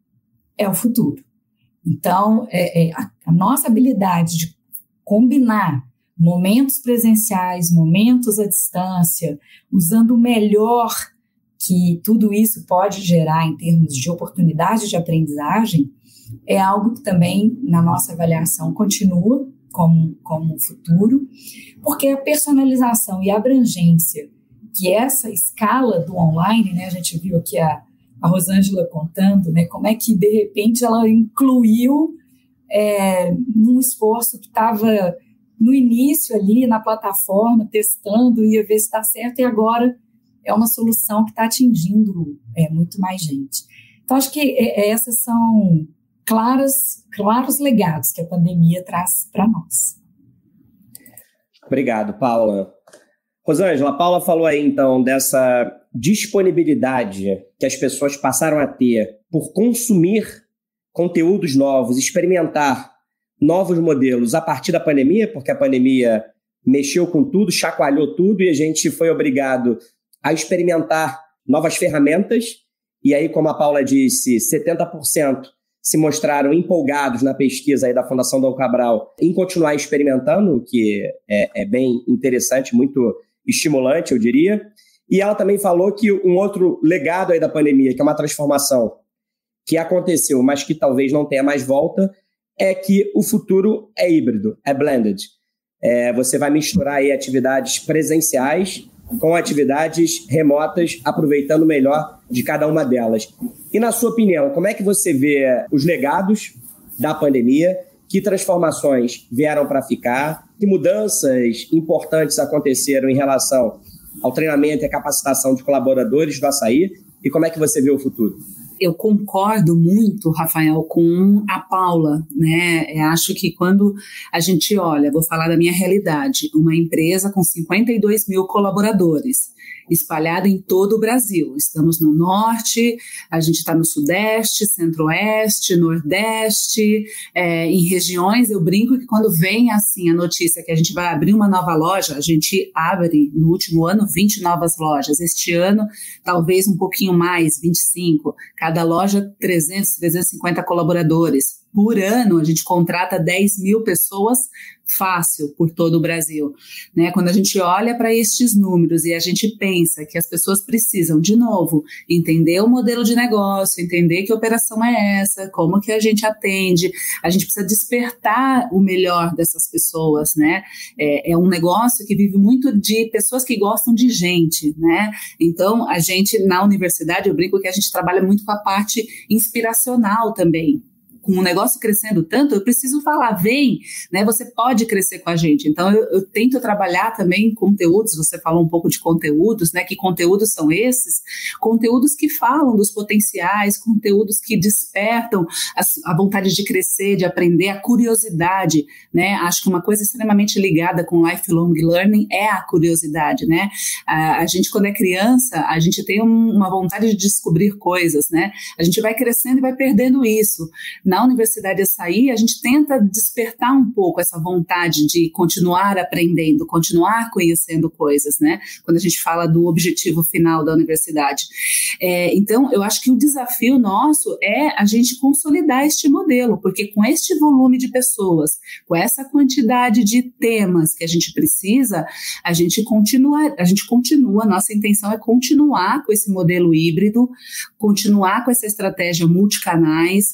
é o futuro. Então, a nossa habilidade de combinar momentos presenciais, momentos à distância, usando o melhor que tudo isso pode gerar em termos de oportunidade de aprendizagem, é algo que também, na nossa avaliação, continua como futuro, porque a personalização e a abrangência que essa escala do online, né, a gente viu aqui a Rosângela contando, né, como é que, de repente, ela incluiu num esforço que estava no início ali na plataforma, testando, ia ver se está certo, e agora é uma solução que está atingindo muito mais gente. Então, acho que essas são claros legados que a pandemia traz para nós. Obrigado, Paula. Rosângela, a Paula falou aí, então, dessa disponibilidade que as pessoas passaram a ter por consumir conteúdos novos, experimentar novos modelos a partir da pandemia, porque a pandemia mexeu com tudo, chacoalhou tudo e a gente foi obrigado a experimentar novas ferramentas. E aí, como a Paula disse, 70% se mostraram empolgados na pesquisa aí da Fundação Dom Cabral em continuar experimentando, o que é bem interessante, muito estimulante, eu diria. E ela também falou que um outro legado aí da pandemia, que é uma transformação que aconteceu, mas que talvez não tenha mais volta, é que o futuro é híbrido, é blended. Você vai misturar aí atividades presenciais com atividades remotas, aproveitando o melhor de cada uma delas. E, na sua opinião, como é que você vê os legados da pandemia? Que transformações vieram para ficar? Que mudanças importantes aconteceram em relação ao treinamento e à capacitação de colaboradores do Assaí? E como é que você vê o futuro? Eu concordo muito, Rafael, com a Paula, né? Acho que quando a gente olha, vou falar da minha realidade, uma empresa com 52 mil colaboradores espalhada em todo o Brasil. Estamos no norte, a gente está no sudeste, centro-oeste, nordeste, em regiões, eu brinco que quando vem assim a notícia que a gente vai abrir uma nova loja, a gente abre no último ano 20 novas lojas, este ano talvez um pouquinho mais, 25, cada loja 300, 350 colaboradores. Por ano, a gente contrata 10 mil pessoas fácil por todo o Brasil, né? Quando a gente olha para estes números e a gente pensa que as pessoas precisam, de novo, entender o modelo de negócio, entender que operação é essa, como que a gente atende, a gente precisa despertar o melhor dessas pessoas, né? É um negócio que vive muito de pessoas que gostam de gente, né? Então, a gente, na universidade, eu brinco que a gente trabalha muito com a parte inspiracional também. Com o negócio crescendo tanto, eu preciso falar, vem, né, você pode crescer com a gente. Então, eu tento trabalhar também conteúdos, você falou um pouco de conteúdos, né, que conteúdos são esses? Conteúdos que falam dos potenciais, conteúdos que despertam a vontade de crescer, de aprender, a curiosidade, né, acho que uma coisa extremamente ligada com lifelong learning é a curiosidade, né, a gente quando é criança, a gente tem uma vontade de descobrir coisas, né, a gente vai crescendo e vai perdendo isso. Na Universidade Açaí, a gente tenta despertar um pouco essa vontade de continuar aprendendo, continuar conhecendo coisas, né? Quando a gente fala do objetivo final da universidade. Então, eu acho que o desafio nosso é a gente consolidar este modelo, porque com este volume de pessoas, com essa quantidade de temas que a gente precisa, a gente continua, nossa intenção é continuar com esse modelo híbrido, continuar com essa estratégia multicanais.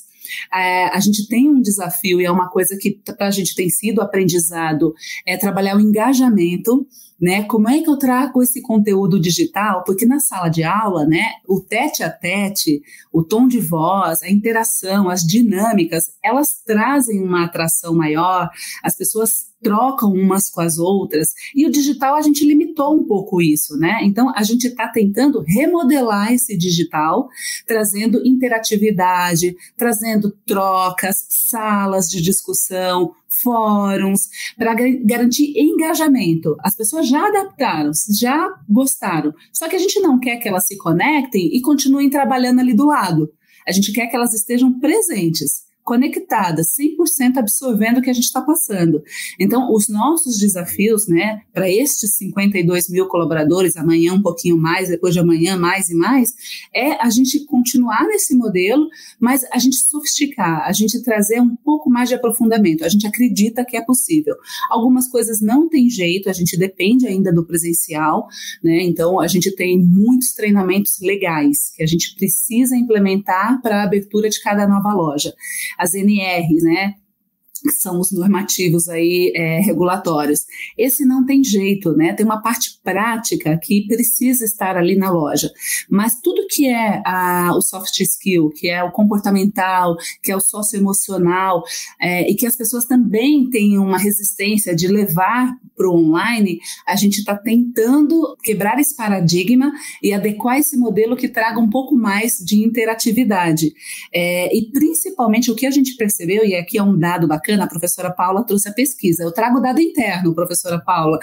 A gente tem um desafio e é uma coisa que para a gente tem sido aprendizado, é trabalhar o engajamento, né? Como é que eu trago esse conteúdo digital? Porque na sala de aula, né, o tete a tete, o tom de voz, a interação, as dinâmicas, elas trazem uma atração maior, as pessoas trocam umas com as outras, e o digital a gente limitou um pouco isso, né? Então a gente está tentando remodelar esse digital, trazendo interatividade, trazendo trocas, salas de discussão, fóruns, para garantir engajamento. As pessoas já adaptaram, já gostaram, só que a gente não quer que elas se conectem e continuem trabalhando ali do lado. A gente quer que elas estejam presentes, conectadas, 100% absorvendo o que a gente está passando. Então, os nossos desafios, né, para estes 52 mil colaboradores, amanhã um pouquinho mais, depois de amanhã mais e mais, é a gente continuar nesse modelo, mas a gente sofisticar, a gente trazer um pouco mais de aprofundamento. A gente acredita que é possível. Algumas coisas não tem jeito, a gente depende ainda do presencial, né? Então, a gente tem muitos treinamentos legais que a gente precisa implementar para a abertura de cada nova loja. As NRs, né, que são os normativos aí, regulatórios. Esse não tem jeito, né, tem uma parte prática que precisa estar ali na loja, mas tudo que é o soft skill, que é o comportamental, que é o socioemocional, e que as pessoas também têm uma resistência de levar para o online, a gente está tentando quebrar esse paradigma e adequar esse modelo que traga um pouco mais de interatividade. E principalmente o que a gente percebeu, e aqui é um dado bacana, a professora Paula trouxe a pesquisa, eu trago o dado interno, professora Paula,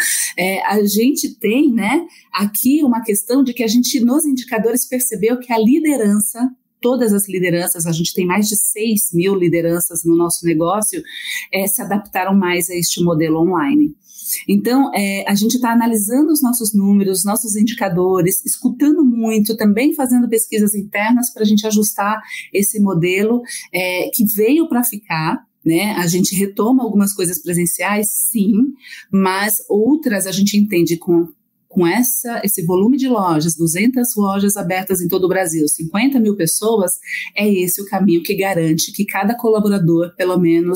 a gente tem, né, aqui uma questão de que a gente nos indicadores percebeu que a liderança, todas as lideranças, a gente tem mais de 6 mil lideranças no nosso negócio, se adaptaram mais a este modelo online. Então, a gente está analisando os nossos números, os nossos indicadores, escutando muito, também fazendo pesquisas internas para a gente ajustar esse modelo que veio para ficar, né? A gente retoma algumas coisas presenciais, sim, mas outras a gente entende com esse volume de lojas, 200 lojas abertas em todo o Brasil, 50 mil pessoas, é esse o caminho que garante que cada colaborador, pelo menos,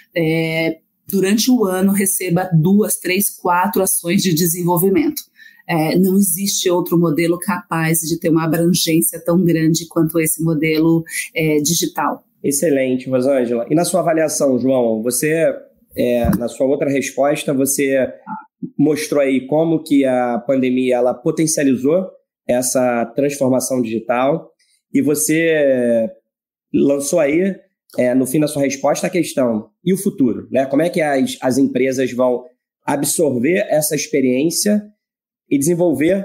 durante o ano, receba 2, 3, 4 ações de desenvolvimento. Não existe outro modelo capaz de ter uma abrangência tão grande quanto esse modelo digital. Excelente, Rosângela. E na sua avaliação, João, você, na sua outra resposta, você mostrou aí como que a pandemia ela potencializou essa transformação digital e você lançou aí, no fim da sua resposta, a questão, e o futuro? Né? Como é que as empresas vão absorver essa experiência e desenvolver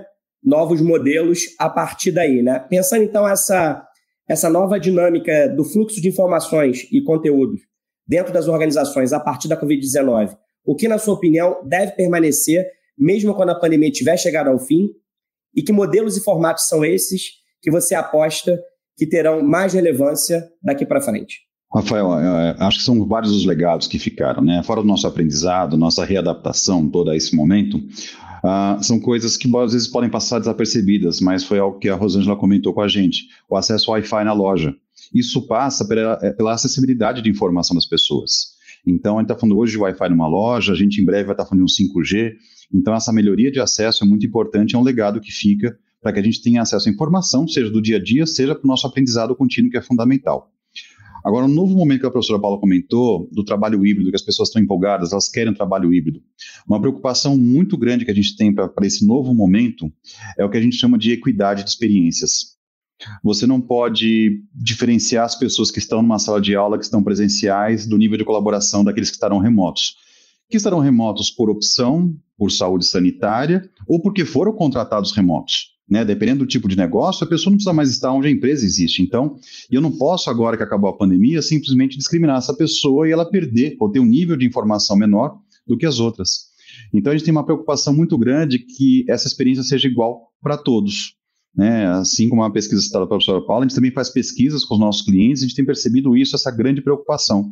novos modelos a partir daí, né? Pensando, então, essa nova dinâmica do fluxo de informações e conteúdos dentro das organizações a partir da Covid-19, o que, na sua opinião, deve permanecer mesmo quando a pandemia tiver chegado ao fim? E que modelos e formatos são esses que você aposta que terão mais relevância daqui para frente? Rafael, acho que são vários os legados que ficaram, né? Fora do nosso aprendizado, nossa readaptação toda a esse momento, são coisas que às vezes podem passar desapercebidas, mas foi algo que a Rosângela comentou com a gente, o acesso ao Wi-Fi na loja. Isso passa pela acessibilidade de informação das pessoas. Então, a gente está falando hoje de Wi-Fi numa loja, a gente em breve vai estar falando de um 5G, então essa melhoria de acesso é muito importante, é um legado que fica para que a gente tenha acesso à informação, seja do dia a dia, seja para o nosso aprendizado contínuo, que é fundamental. Agora, um novo momento que a professora Paula comentou, do trabalho híbrido, que as pessoas estão empolgadas, elas querem um trabalho híbrido. Uma preocupação muito grande que a gente tem para esse novo momento é o que a gente chama de equidade de experiências. Você não pode diferenciar as pessoas que estão numa sala de aula, que estão presenciais, do nível de colaboração daqueles que estarão remotos. Que estarão remotos por opção, por saúde sanitária, ou porque foram contratados remotos. Né? Dependendo do tipo de negócio, a pessoa não precisa mais estar onde a empresa existe. Então, eu não posso, agora que acabou a pandemia, simplesmente discriminar essa pessoa e ela perder, ou ter um nível de informação menor do que as outras. Então, a gente tem uma preocupação muito grande que essa experiência seja igual para todos. Né? Assim como a pesquisa citada pela professora Paula, a gente também faz pesquisas com os nossos clientes, a gente tem percebido isso, essa grande preocupação.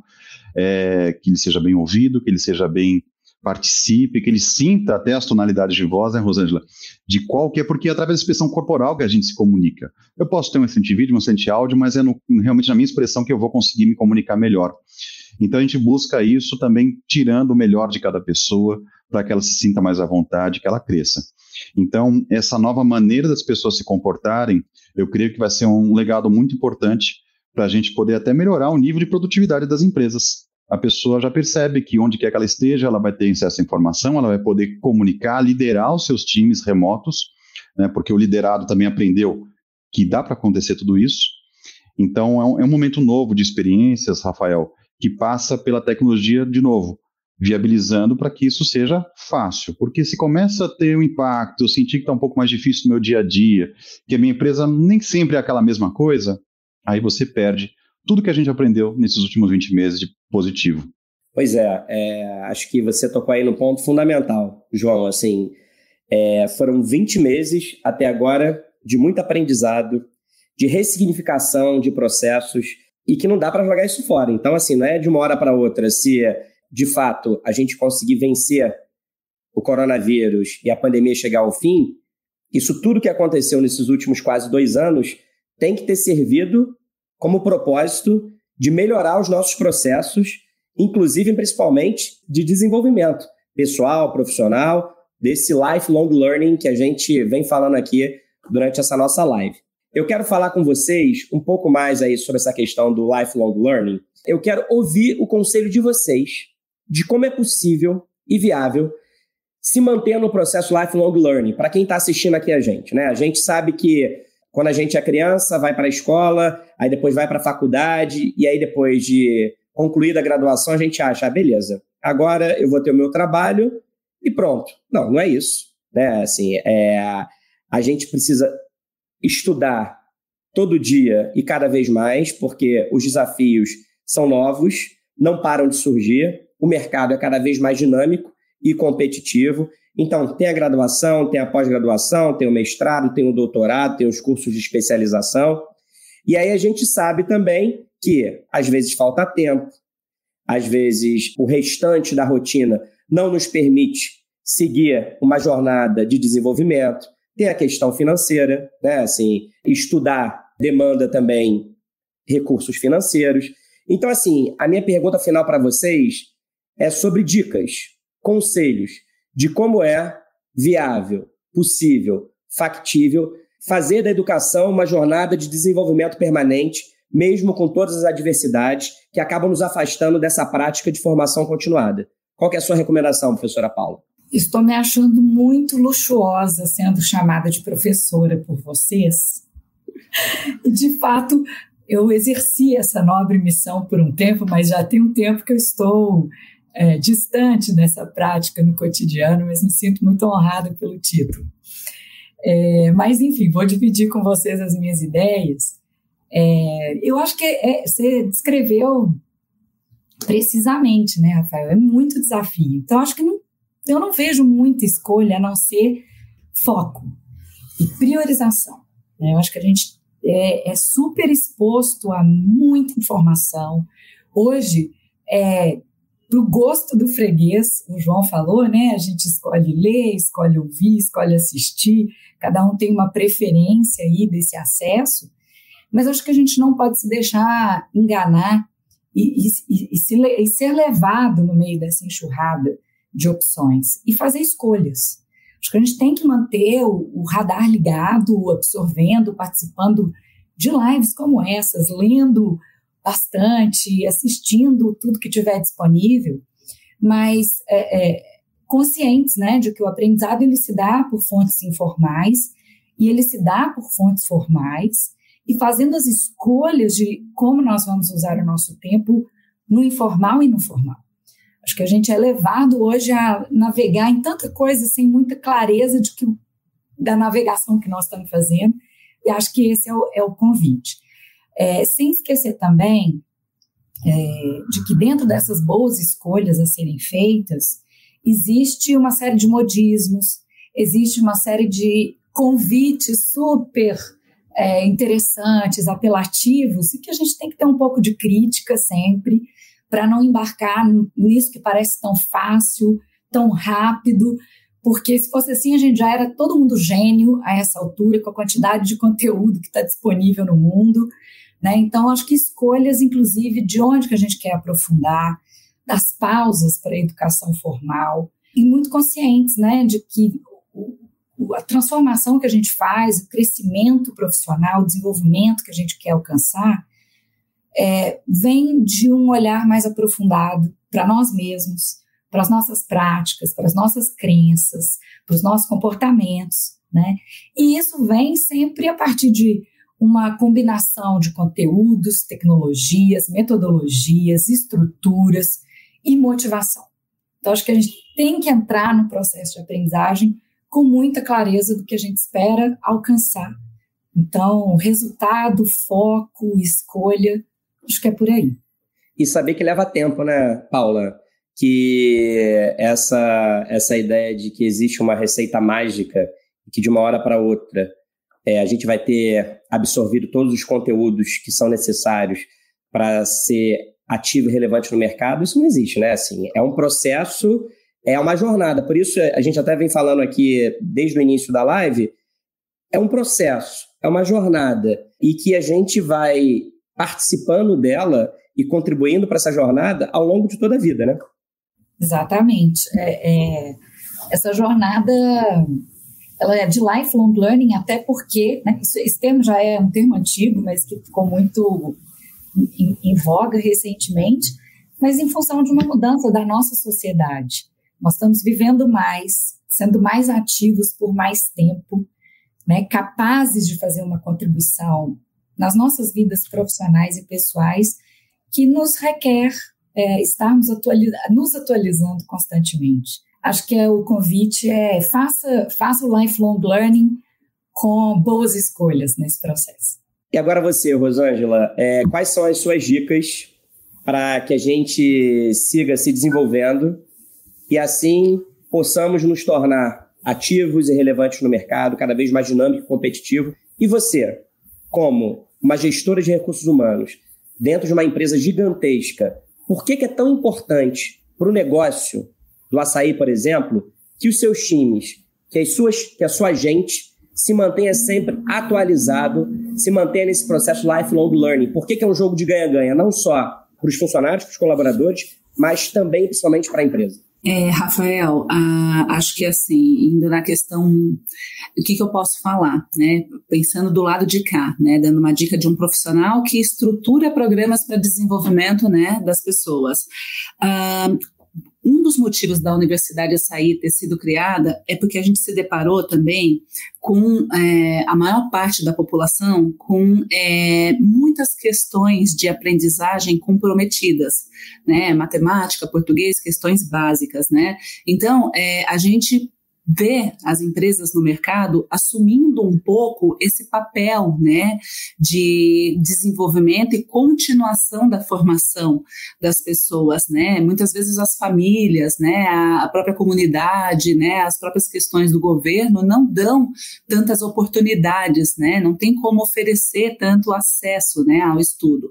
Que ele seja bem ouvido, que ele seja bem participe, que ele sinta até as tonalidades de voz, né, Rosângela, de qual que é, porque é através da expressão corporal que a gente se comunica. Eu posso ter um excelente vídeo, um excelente áudio, mas é realmente na minha expressão que eu vou conseguir me comunicar melhor. Então a gente busca isso também tirando o melhor de cada pessoa para que ela se sinta mais à vontade, que ela cresça. Então essa nova maneira das pessoas se comportarem, eu creio que vai ser um legado muito importante para a gente poder até melhorar o nível de produtividade das empresas. A pessoa já percebe que onde quer que ela esteja, ela vai ter acesso à informação, ela vai poder comunicar, liderar os seus times remotos, né, porque o liderado também aprendeu que dá para acontecer tudo isso. Então, é um momento novo de experiências, Rafael, que passa pela tecnologia, de novo, viabilizando para que isso seja fácil. Porque se começa a ter um impacto, eu senti que está um pouco mais difícil no meu dia a dia, que a minha empresa nem sempre é aquela mesma coisa, aí você perde tudo que a gente aprendeu nesses últimos 20 meses de positivo. Pois acho que você tocou aí no ponto fundamental, João. Assim, foram 20 meses até agora de muito aprendizado, de ressignificação de processos e que não dá para jogar isso fora. Então, assim, não é de uma hora para outra. Se, de fato, a gente conseguir vencer o coronavírus e a pandemia chegar ao fim, isso tudo que aconteceu nesses últimos quase 2 anos tem que ter servido como propósito de melhorar os nossos processos, inclusive, principalmente, de desenvolvimento pessoal, profissional, desse lifelong learning que a gente vem falando aqui durante essa nossa live. Eu quero falar com vocês um pouco mais aí sobre essa questão do lifelong learning. Eu quero ouvir o conselho de vocês de como é possível e viável se manter no processo lifelong learning, para quem está assistindo aqui a gente, né? A gente sabe que quando a gente é criança, vai para a escola, aí depois vai para a faculdade, e aí depois de concluída a graduação, a gente acha, beleza, agora eu vou ter o meu trabalho e pronto. Não, não é isso. Né? Assim, a gente precisa estudar todo dia e cada vez mais, porque os desafios são novos, não param de surgir, o mercado é cada vez mais dinâmico e competitivo. Então, tem a graduação, tem a pós-graduação, tem o mestrado, tem o doutorado, tem os cursos de especialização. E aí a gente sabe também que, às vezes, falta tempo, às vezes o restante da rotina não nos permite seguir uma jornada de desenvolvimento. Tem a questão financeira, né? Assim, estudar demanda também recursos financeiros. Então, assim, a minha pergunta final para vocês é sobre dicas, conselhos, de como é viável, possível, factível fazer da educação uma jornada de desenvolvimento permanente, mesmo com todas as adversidades que acabam nos afastando dessa prática de formação continuada. Qual que é a sua recomendação, professora Paula? Estou me achando muito luxuosa sendo chamada de professora por vocês. E, de fato, eu exerci essa nobre missão por um tempo, mas já tem um tempo que eu estou distante dessa prática no cotidiano, mas me sinto muito honrada pelo título. Mas, enfim, vou dividir com vocês as minhas ideias. Eu acho que você descreveu precisamente, né, Rafael? É muito desafio. Então, acho que eu não vejo muita escolha a não ser foco e priorização. Eu acho que a gente é super exposto a muita informação. Hoje, para o gosto do freguês, o João falou, né? A gente escolhe ler, escolhe ouvir, escolhe assistir, cada um tem uma preferência aí desse acesso, mas acho que a gente não pode se deixar enganar e ser levado no meio dessa enxurrada de opções e fazer escolhas. Acho que a gente tem que manter o radar ligado, absorvendo, participando de lives como essas, lendo bastante, assistindo tudo que tiver disponível, mas conscientes, né, de que o aprendizado ele se dá por fontes informais e ele se dá por fontes formais e fazendo as escolhas de como nós vamos usar o nosso tempo no informal e no formal. Acho que a gente é levado hoje a navegar em tanta coisa sem muita clareza da navegação que nós estamos fazendo, e acho que esse é o convite. Sem esquecer também de que dentro dessas boas escolhas a serem feitas, existe uma série de modismos, existe uma série de convites super interessantes, apelativos, e que a gente tem que ter um pouco de crítica sempre, para não embarcar nisso que parece tão fácil, tão rápido, porque se fosse assim a gente já era todo mundo gênio a essa altura, com a quantidade de conteúdo que está disponível no mundo, né? Então acho que escolhas, inclusive, de onde que a gente quer aprofundar, das pausas para a educação formal, e muito conscientes, né, de que a transformação que a gente faz, o crescimento profissional, o desenvolvimento que a gente quer alcançar, vem de um olhar mais aprofundado para nós mesmos, para as nossas práticas, para as nossas crenças, para os nossos comportamentos, né? E isso vem sempre a partir de uma combinação de conteúdos, tecnologias, metodologias, estruturas e motivação. Então, acho que a gente tem que entrar no processo de aprendizagem com muita clareza do que a gente espera alcançar. Então, resultado, foco, escolha, acho que é por aí. E saber que leva tempo, né, Paula? Que essa ideia de que existe uma receita mágica e que de uma hora para outra a gente vai ter absorvido todos os conteúdos que são necessários para ser ativo e relevante no mercado, isso não existe, né? Assim, é um processo, é uma jornada. Por isso, a gente até vem falando aqui desde o início da live, é um processo, é uma jornada, e que a gente vai participando dela e contribuindo para essa jornada ao longo de toda a vida, né? Exatamente. Essa jornada, ela é de lifelong learning, até porque, né, esse termo já é um termo antigo, mas que ficou muito em voga recentemente, mas em função de uma mudança da nossa sociedade. Nós estamos vivendo mais, sendo mais ativos por mais tempo, né, capazes de fazer uma contribuição nas nossas vidas profissionais e pessoais, que nos requer estarmos nos atualizando constantemente. Acho que o convite faça o lifelong learning com boas escolhas nesse processo. E agora você, Rosângela, quais são as suas dicas para que a gente siga se desenvolvendo e assim possamos nos tornar ativos e relevantes no mercado, cada vez mais dinâmico e competitivo? E você, como uma gestora de recursos humanos, dentro de uma empresa gigantesca, por que é tão importante para o negócio do açaí, por exemplo, que os seus times, que a sua gente se mantenha sempre atualizado, se mantenha nesse processo lifelong learning? Por que é um jogo de ganha-ganha, não só para os funcionários, para os colaboradores, mas também, principalmente, para a empresa? Rafael, acho que assim, indo na questão, o que eu posso falar, né? Pensando do lado de cá, né? Dando uma dica de um profissional que estrutura programas para desenvolvimento, né, das pessoas. Um dos motivos da Universidade Açaí ter sido criada é porque a gente se deparou também com a maior parte da população com muitas questões de aprendizagem comprometidas, né? Matemática, português, questões básicas, né? Então, a gente vê as empresas no mercado assumindo um pouco esse papel, né, de desenvolvimento e continuação da formação das pessoas, né? Muitas vezes as famílias, né, a própria comunidade, né, as próprias questões do governo não dão tantas oportunidades, né? Não tem como oferecer tanto acesso, né, ao estudo.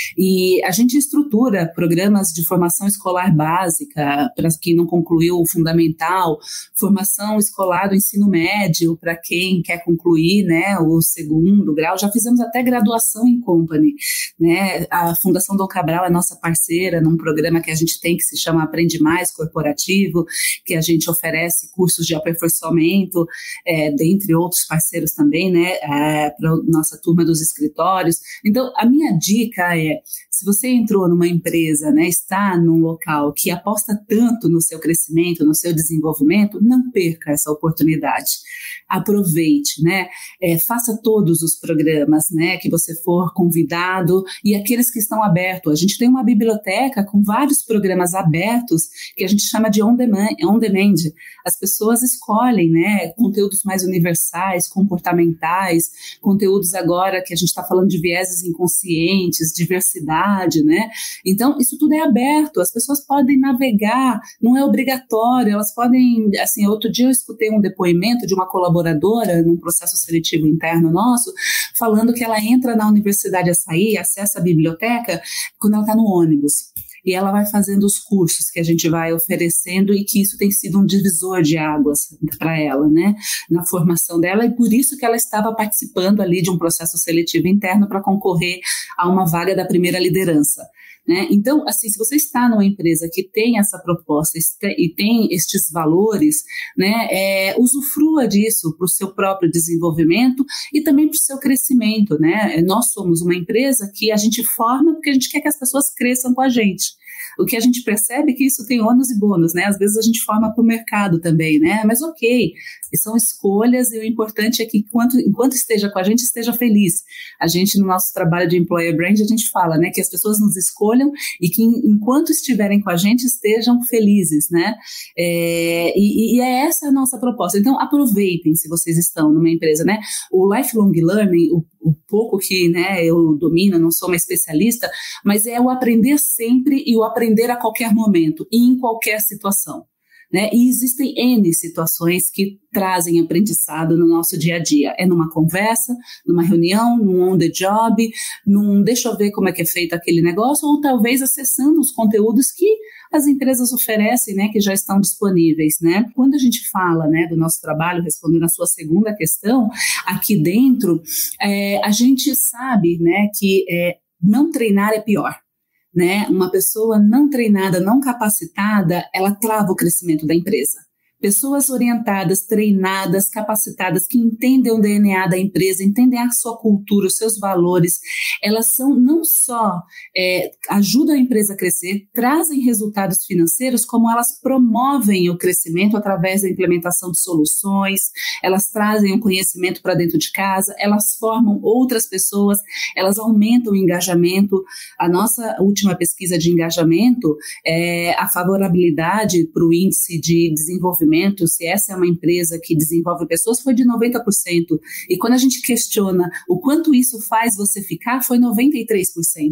E a gente estrutura programas de formação escolar básica para quem não concluiu o fundamental, formação escolar do ensino médio para quem quer concluir, né, o segundo grau. Já fizemos até graduação em company, né? A Fundação Dom Cabral é nossa parceira num programa que a gente tem que se chama Aprende Mais Corporativo, que a gente oferece cursos de aperfeiçoamento, dentre outros parceiros também, né, para a nossa turma dos escritórios. Então, a minha dica é, se você entrou numa empresa, né, está num local que aposta tanto no seu crescimento, no seu desenvolvimento, não perca essa oportunidade. Aproveite, né? Faça todos os programas, né, que você for convidado e aqueles que estão abertos. A gente tem uma biblioteca com vários programas abertos que a gente chama de on demand. As pessoas escolhem, né, conteúdos mais universais, comportamentais, conteúdos agora que a gente está falando de vieses inconscientes, diversidade, né? Então, isso tudo é aberto, as pessoas podem navegar, não é obrigatório, elas podem, assim, outro dia eu escutei um depoimento de uma colaboradora num processo seletivo interno nosso, falando que ela entra na Universidade Açaí, acessa a biblioteca quando ela está no ônibus. E ela vai fazendo os cursos que a gente vai oferecendo e que isso tem sido um divisor de águas para ela, né, na formação dela, e por isso que ela estava participando ali de um processo seletivo interno para concorrer a uma vaga da primeira liderança. Né? Então, assim, se você está numa empresa que tem essa proposta e tem estes valores, né, usufrua disso para o seu próprio desenvolvimento e também para o seu crescimento. Né? Nós somos uma empresa que a gente forma porque a gente quer que as pessoas cresçam com a gente. O que a gente percebe é que isso tem ônus e bônus, né? Às vezes a gente forma para o mercado também, né? Mas ok, são escolhas e o importante é que enquanto esteja com a gente, esteja feliz. A gente, no nosso trabalho de Employer Brand, a gente fala, né, que as pessoas nos escolham e que enquanto estiverem com a gente, estejam felizes, né? E é essa a nossa proposta. Então, aproveitem se vocês estão numa empresa, né? O lifelong learning, o pouco que, né, eu domino, não sou uma especialista, mas é o aprender sempre e o aprender a qualquer momento e em qualquer situação. Né? E existem N situações que trazem aprendizado no nosso dia a dia. É numa conversa, numa reunião, num on the job, num deixa eu ver como é que é feito aquele negócio, ou talvez acessando os conteúdos que as empresas oferecem, né, que já estão disponíveis. Né? Quando a gente fala, né, do nosso trabalho, respondendo a sua segunda questão, aqui dentro, a gente sabe, né, que não treinar é pior. Né? Uma pessoa não treinada, não capacitada, ela trava o crescimento da empresa. Pessoas orientadas, treinadas, capacitadas, que entendem o DNA da empresa, entendem a sua cultura, os seus valores, elas são não só ajudam a empresa a crescer, trazem resultados financeiros, como elas promovem o crescimento através da implementação de soluções, elas trazem o conhecimento para dentro de casa, elas formam outras pessoas, elas aumentam o engajamento. A nossa última pesquisa de engajamento, a favorabilidade para o índice de desenvolvimento, se essa é uma empresa que desenvolve pessoas, foi de 90%. E quando a gente questiona o quanto isso faz você ficar, foi 93%.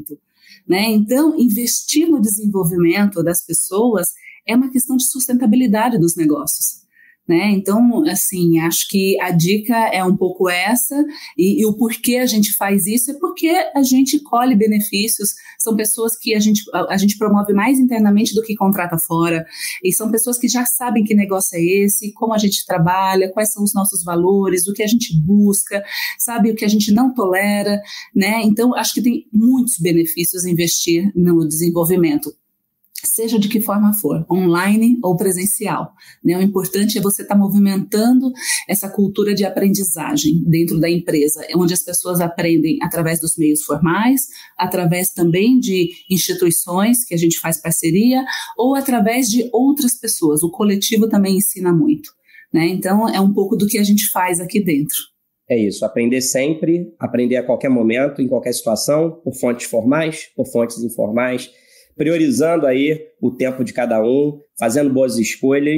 Né? Então, investir no desenvolvimento das pessoas é uma questão de sustentabilidade dos negócios. Né? Então, assim, acho que a dica é um pouco essa, e o porquê a gente faz isso é porque a gente colhe benefícios, são pessoas que a gente promove mais internamente do que contrata fora, e são pessoas que já sabem que negócio é esse, como a gente trabalha, quais são os nossos valores, o que a gente busca, sabe, o que a gente não tolera, né? Então, acho que tem muitos benefícios investir no desenvolvimento, seja de que forma for, online ou presencial. Né? O importante é você estar movimentando essa cultura de aprendizagem dentro da empresa, onde as pessoas aprendem através dos meios formais, através também de instituições que a gente faz parceria, ou através de outras pessoas. O coletivo também ensina muito. Né? Então, é um pouco do que a gente faz aqui dentro. É isso, aprender sempre, aprender a qualquer momento, em qualquer situação, por fontes formais, por fontes informais, priorizando aí o tempo de cada um, fazendo boas escolhas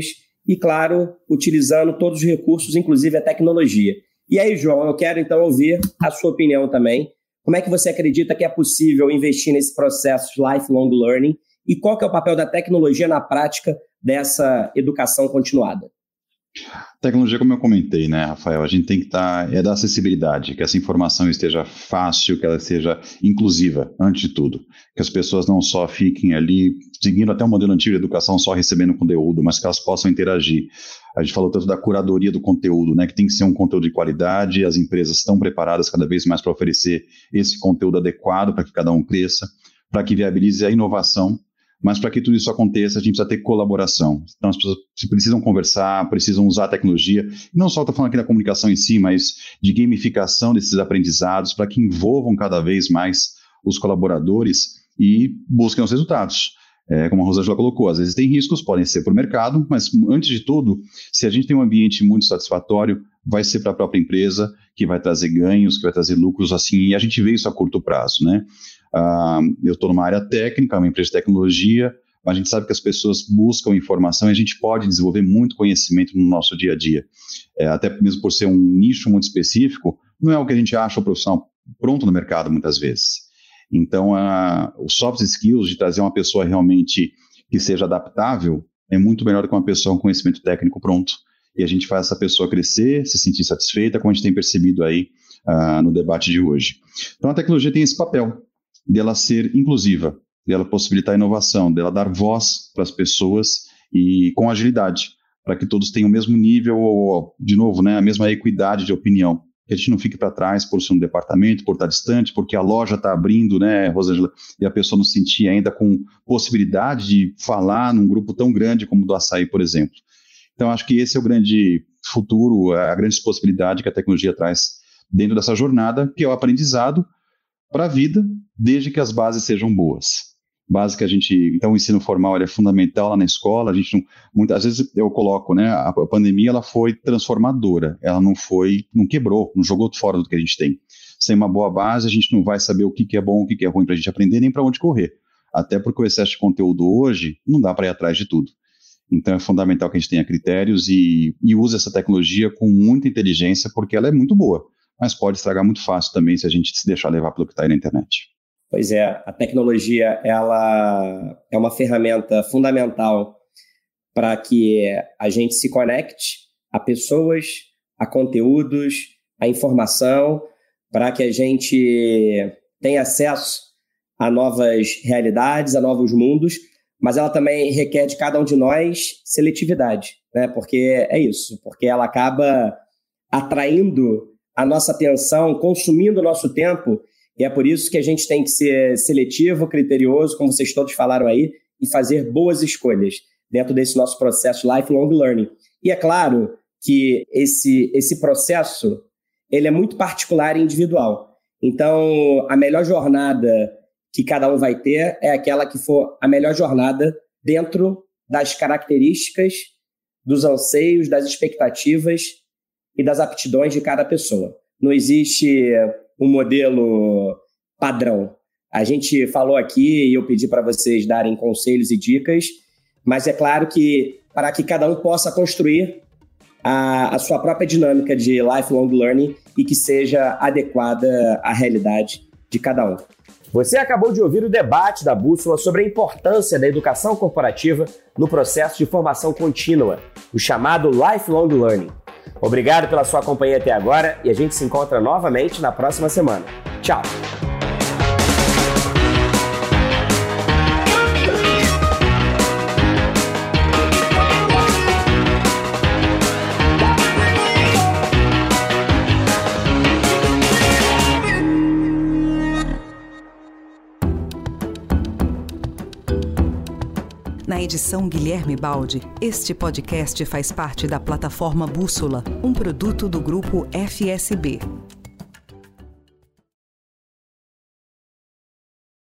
e, claro, utilizando todos os recursos, inclusive a tecnologia. E aí, João, eu quero então ouvir a sua opinião também. Como é que você acredita que é possível investir nesse processo de lifelong learning e qual que é o papel da tecnologia na prática dessa educação continuada? Tecnologia, como eu comentei, né, Rafael, a gente tem que dar acessibilidade, que essa informação esteja fácil, que ela seja inclusiva, antes de tudo, que as pessoas não só fiquem ali seguindo até o modelo antigo de educação, só recebendo conteúdo, mas que elas possam interagir. A gente falou tanto da curadoria do conteúdo, né, que tem que ser um conteúdo de qualidade, as empresas estão preparadas cada vez mais para oferecer esse conteúdo adequado para que cada um cresça, para que viabilize a inovação. Mas para que tudo isso aconteça, a gente precisa ter colaboração. Então, as pessoas precisam conversar, precisam usar a tecnologia. E não só estou falando aqui da comunicação em si, mas de gamificação desses aprendizados para que envolvam cada vez mais os colaboradores e busquem os resultados. Como a Rosângela colocou, às vezes tem riscos, podem ser para o mercado, mas antes de tudo, se a gente tem um ambiente muito satisfatório, vai ser para a própria empresa, que vai trazer ganhos, que vai trazer lucros, assim, e a gente vê isso a curto prazo, né? Eu estou numa área técnica, uma empresa de tecnologia, mas a gente sabe que as pessoas buscam informação e a gente pode desenvolver muito conhecimento no nosso dia a dia. Até mesmo por ser um nicho muito específico, não é o que a gente acha o profissional pronto no mercado muitas vezes. Então, os soft skills de trazer uma pessoa realmente que seja adaptável é muito melhor do que uma pessoa com conhecimento técnico pronto. E a gente faz essa pessoa crescer, se sentir satisfeita, como a gente tem percebido aí no debate de hoje. Então, a tecnologia tem esse papel dela ser inclusiva, dela possibilitar a inovação, dela dar voz para as pessoas e com agilidade, para que todos tenham o mesmo nível, ou, de novo, né, a mesma equidade de opinião. Que a gente não fique para trás por ser um departamento, por estar distante, porque a loja está abrindo, né, Rosângela, e a pessoa não se sentir ainda com possibilidade de falar num grupo tão grande como o do açaí, por exemplo. Então, acho que esse é o grande futuro, a grande possibilidade que a tecnologia traz dentro dessa jornada, que é o aprendizado para a vida, desde que as bases sejam boas. Base que a gente, então o ensino formal ele é fundamental lá na escola, a gente não, muitas vezes eu coloco, né, a pandemia ela foi transformadora, ela não quebrou, não jogou fora do que a gente tem. Sem uma boa base a gente não vai saber o que é bom, o que é ruim para a gente aprender, nem para onde correr. Até porque o excesso de conteúdo hoje não dá para ir atrás de tudo. Então é fundamental que a gente tenha critérios e use essa tecnologia com muita inteligência, porque ela é muito boa, mas pode estragar muito fácil também se a gente se deixar levar pelo que está aí na internet. Pois é, a tecnologia ela é uma ferramenta fundamental para que a gente se conecte a pessoas, a conteúdos, a informação, para que a gente tenha acesso a novas realidades, a novos mundos, mas ela também requer de cada um de nós seletividade, né? Porque é isso, porque ela acaba atraindo a nossa atenção, consumindo o nosso tempo, e é por isso que a gente tem que ser seletivo, criterioso, como vocês todos falaram aí, e fazer boas escolhas dentro desse nosso processo de lifelong learning. E é claro que esse processo ele é muito particular e individual. Então, a melhor jornada que cada um vai ter é aquela que for a melhor jornada dentro das características, dos anseios, das expectativas e das aptidões de cada pessoa. Não existe um modelo padrão. A gente falou aqui e eu pedi para vocês darem conselhos e dicas, mas é claro que para que cada um possa construir a sua própria dinâmica de lifelong learning e que seja adequada à realidade de cada um. Você acabou de ouvir o debate da Bússola sobre a importância da educação corporativa no processo de formação contínua, o chamado lifelong learning. Obrigado pela sua companhia até agora e a gente se encontra novamente na próxima semana. Tchau! Na edição Guilherme Baldi, este podcast faz parte da plataforma Bússola, um produto do grupo FSB.